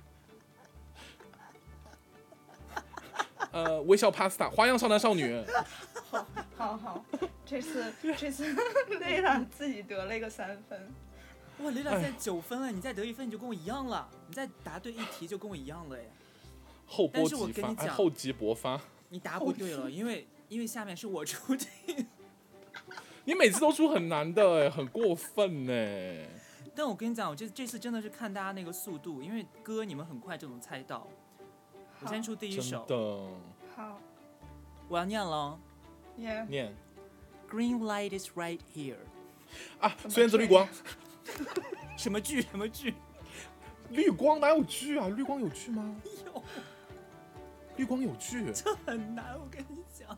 呃，微笑 Pasta， 花样少男少女。 好，好，好。这次这次蕾拉自己得了一个三分。 哇，蕾拉现在九分了，你再得一分你就跟我一样了，你再答对一题就跟我一样了耶。 后波即发，哎，厚积薄发。 你答不对了，因为因为下面是我出题。 你每次都出很难的，哎，很过分呢。 但我跟你讲，我这这次真的是看大家那个速度，因为歌你们很快就能猜到。我先出第一首。 真的。 好。 我要念了。 念。 念。 Green light is right here。 啊，虽然是绿光。 什么剧？什么剧？ 绿光哪有剧啊？绿光有剧吗？ 有。 绿光有剧。 这很难，我跟你讲。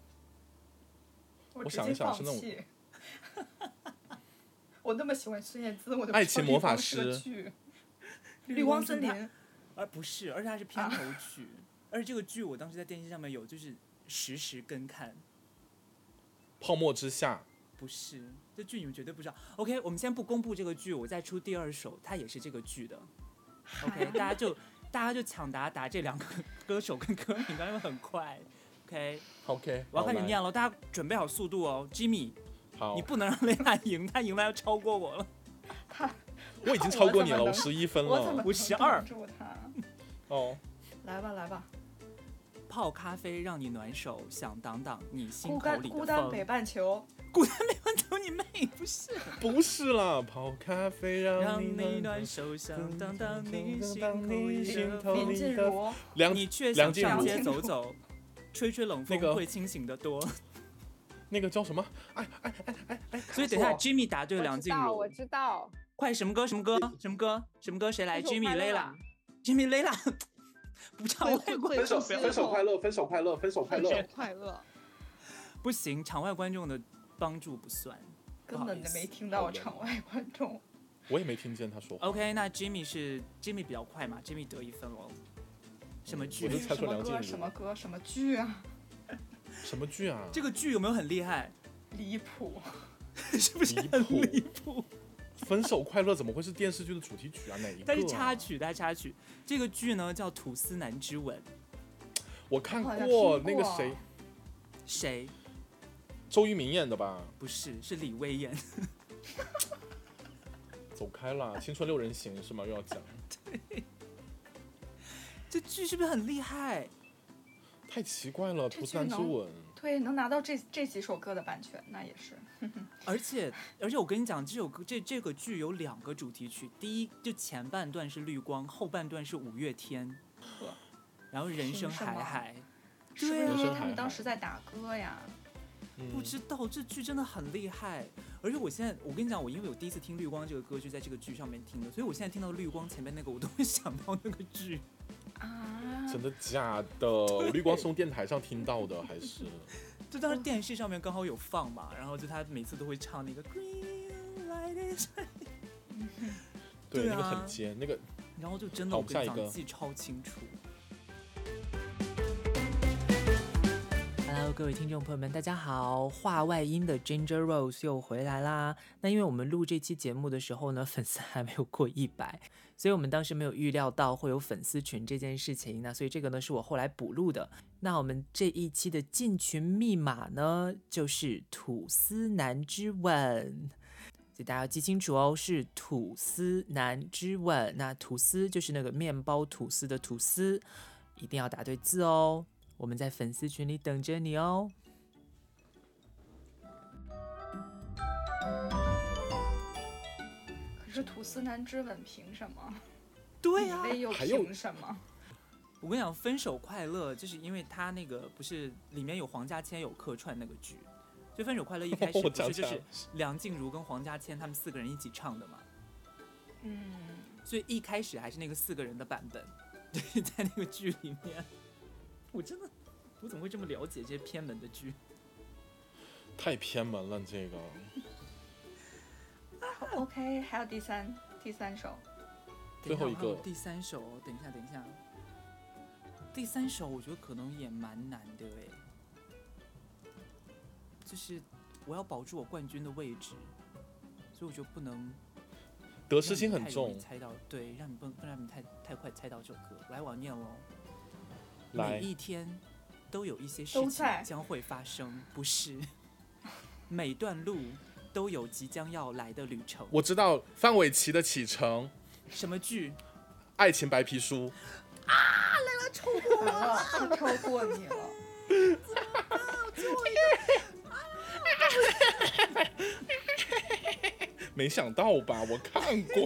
我我想一想是那种。 我那么喜欢孙燕姿，我都爱情魔法师。 绿光森林， 而不是，而且它是片头曲，啊、而且这个剧我当时在电视上面有就是实时跟看。 泡沫之夏不是，这剧你们绝对不知道。OK， 我们先不公布这个剧，我再出第二首，它也是这个剧的。OK， 大家就大家就抢答答这两个歌手跟歌名，刚才很快。OK OK， 我要开始念了，大家准备好速度哦。Jimmy， 好， 你不能让雷娜赢，他赢了要超过我了。 他， 我已经超过你了，我十一分了， 我十二。 哦， 来吧来吧。 泡咖啡让你暖手，想挡挡你心口里的风。 孤单北半球， 孤单北半球，你妹不是？ 不是啦，泡咖啡让你暖手，想挡挡你心口里的风。林静茹， 你却想上街走走。吹吹冷风会清醒得多。 那个叫什么？哎哎哎哎哎！ 所以等一下 ，Jimmy 答对了梁静茹。 我知道。 快，什么歌？什么歌？什么歌？什么歌？谁来 ？Jimmy Layla。Jimmy Layla。不场外分手分手快乐，分手快乐，分手快乐， 分手快乐。 不行，场外观众的帮助不算。 根本没听到场外观众。 我也没听见他说话。 OK， 那 Jimmy 是 Jimmy 比较快嘛 ？Jimmy 得一分喽。什么剧？ 我就猜出梁静茹。 什么歌？什么剧啊？ 什么剧啊？ 这个剧有没有很厉害？ 离谱， 是不是很离谱？ 分手快乐怎么会是电视剧的主题曲啊？哪一个、啊？ 它是插曲，它是插曲。这个剧呢叫《吐司男之吻》， 我看过那个谁， 谁？ 周渝民演的吧？ 不是，是李薇演。 走开啦，青春六人行是吗？又要讲？ 对。这剧是不是很厉害？ 太奇怪了，《吐司男之吻》 对，能拿到这这几首歌的版权，那也是。 而且而且我跟你讲，这首歌这这个剧有两个主题曲，第一就前半段是绿光，后半段是五月天，然后人生海海。 对啊，因为他们当时在打歌呀。 不知道这剧真的很厉害，而且我现在我跟你讲，我因为我第一次听绿光这个歌就在这个剧上面听的，所以我现在听到绿光前面那个我都会想到那个剧。 啊！ 真的假的？绿光是从电台上听到的还是？ 就当时电视上面刚好有放嘛，然后就他每次都会唱那个 Green Light is Red 对，那个很尖，那个。 然后就真的我跟你讲记超清楚。Hello， 各位听众朋友们，大家好！话外音的 Ginger Rose 又回来啦。那因为我们录这期节目的时候呢，粉丝还没有过一百，所以我们当时没有预料到会有粉丝群这件事情。那所以这个呢是我后来补录的。那我们这一期的进群密码呢，就是吐司男之吻。所以大家要记清楚哦，是吐司男之吻。那吐司就是那个面包吐司的吐司，一定要打对字哦。我们在粉丝群里等着你哦。 可是吐司男之吻凭什么？ 对啊， 又凭什么？ 我跟你讲，分手快乐就是因为他那个不是里面有黄家千有客串那个剧，所以分手快乐一开始不是就是梁静茹跟黄家千他们四个人一起唱的嘛。 嗯， 所以一开始还是那个四个人的版本，就是在那个剧里面。我真的，我怎么会这么了解这些偏门的剧？ 太偏门了，这个。 OK， 还有第三第三首， 最后一个第三首，等一下，等一下，第三首我觉得可能也蛮难的哎，就是我要保住我冠军的位置，所以我就不能得失心很重， 猜到对，让你不不让你太太快猜到这首歌。来，我要念喽。 来， 每一天都有一些事情将会发生，不是每段路都有即将要来的旅程。 我知道范玮琪的启程。 什么剧？ 爱情白皮书。 啊，来了，超过我了， 他超过你了。 没想到吧？我看过。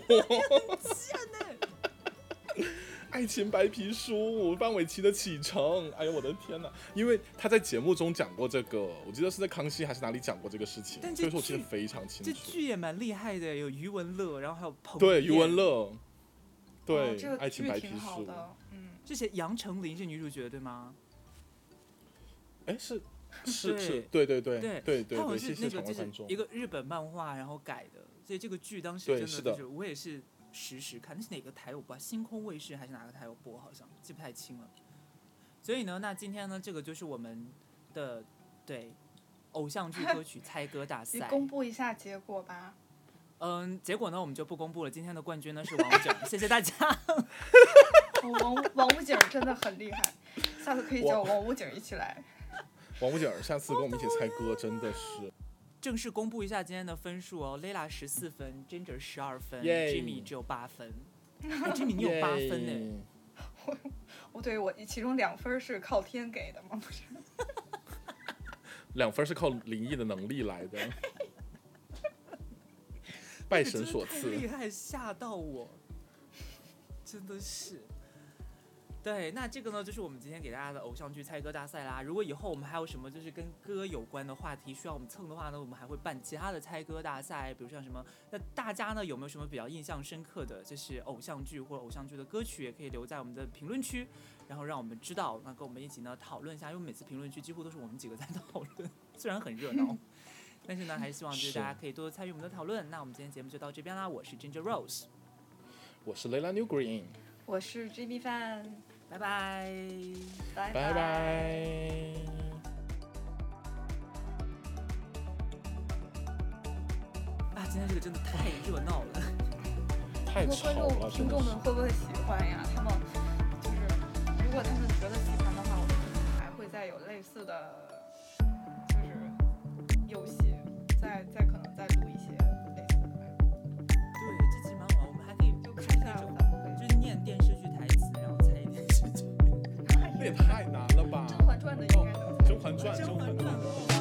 爱情白皮书，范玮琪的启程。哎呦我的天哪！因为他在节目中讲过这个，我记得是在康熙还是哪里讲过这个事情，所以说我记得非常清楚。 这剧也蛮厉害的，有余文乐，然后还有彭对余文乐，对、 哦这个、 爱情白皮书。 嗯， 这些杨丞琳是女主角对吗？ 哎，是是是，对对对对对对对， 谢谢场外观众。一个日本漫画然后改的，所以这个剧当时真的就是我也是实时看，那是哪个台我不知道，星空卫视还是哪个台有播，好像记不太清了。所以呢，那今天呢，这个就是我们的对偶像剧歌曲猜歌大赛。 你公布一下结果吧。 嗯，结果呢我们就不公布了。今天的冠军呢是王五井，谢谢大家。 王王五井真的很厉害，下次可以叫王五井一起来。 王五井，下次跟我们一起猜歌，真的是。 正式公布一下今天的分数哦 ，Layla 十四分 ，Ginger 十二分 ，Yay ，Jimmy 只有八分。哎 ，Jimmy 你有八分呢。 我我对我其中两分是靠天给的吗？不是。 两分是靠灵异的能力来的，拜神所赐。 太厉害，吓到我，真的是。对，那这个呢，就是我们今天给大家的偶像剧猜歌大赛啦。如果以后我们还有什么就是跟歌有关的话题需要我们蹭的话呢，我们还会办其他的猜歌大赛，比如像什么，那大家呢有没有什么比较印象深刻的，就是偶像剧或者偶像剧的歌曲，也可以留在我们的评论区，然后让我们知道，那跟我们一起呢讨论一下，因为每次评论区几乎都是我们几个在讨论，虽然很热闹。但是呢，还是希望就是大家可以多多参与我们的讨论。那我们今天节目就到这边啦，我是 Ginger Rose， 我是 Layla New Green， 我是 Jimmy Fan， 拜拜， 拜拜拜。 啊，今天这个真的太热闹了， 太吵了， 观众听众们会不会喜欢呀？他们就是如果他们觉得喜欢的话，我们还会再有类似的。游戏再再可能再录一些类似的吧。 对，这期蛮好玩，我们还可以就看一下， 就是念电视剧台词，然后猜电视剧。 那也太难了吧！ 《甄嬛传》的应该能猜。 甄嬛传，甄嬛传。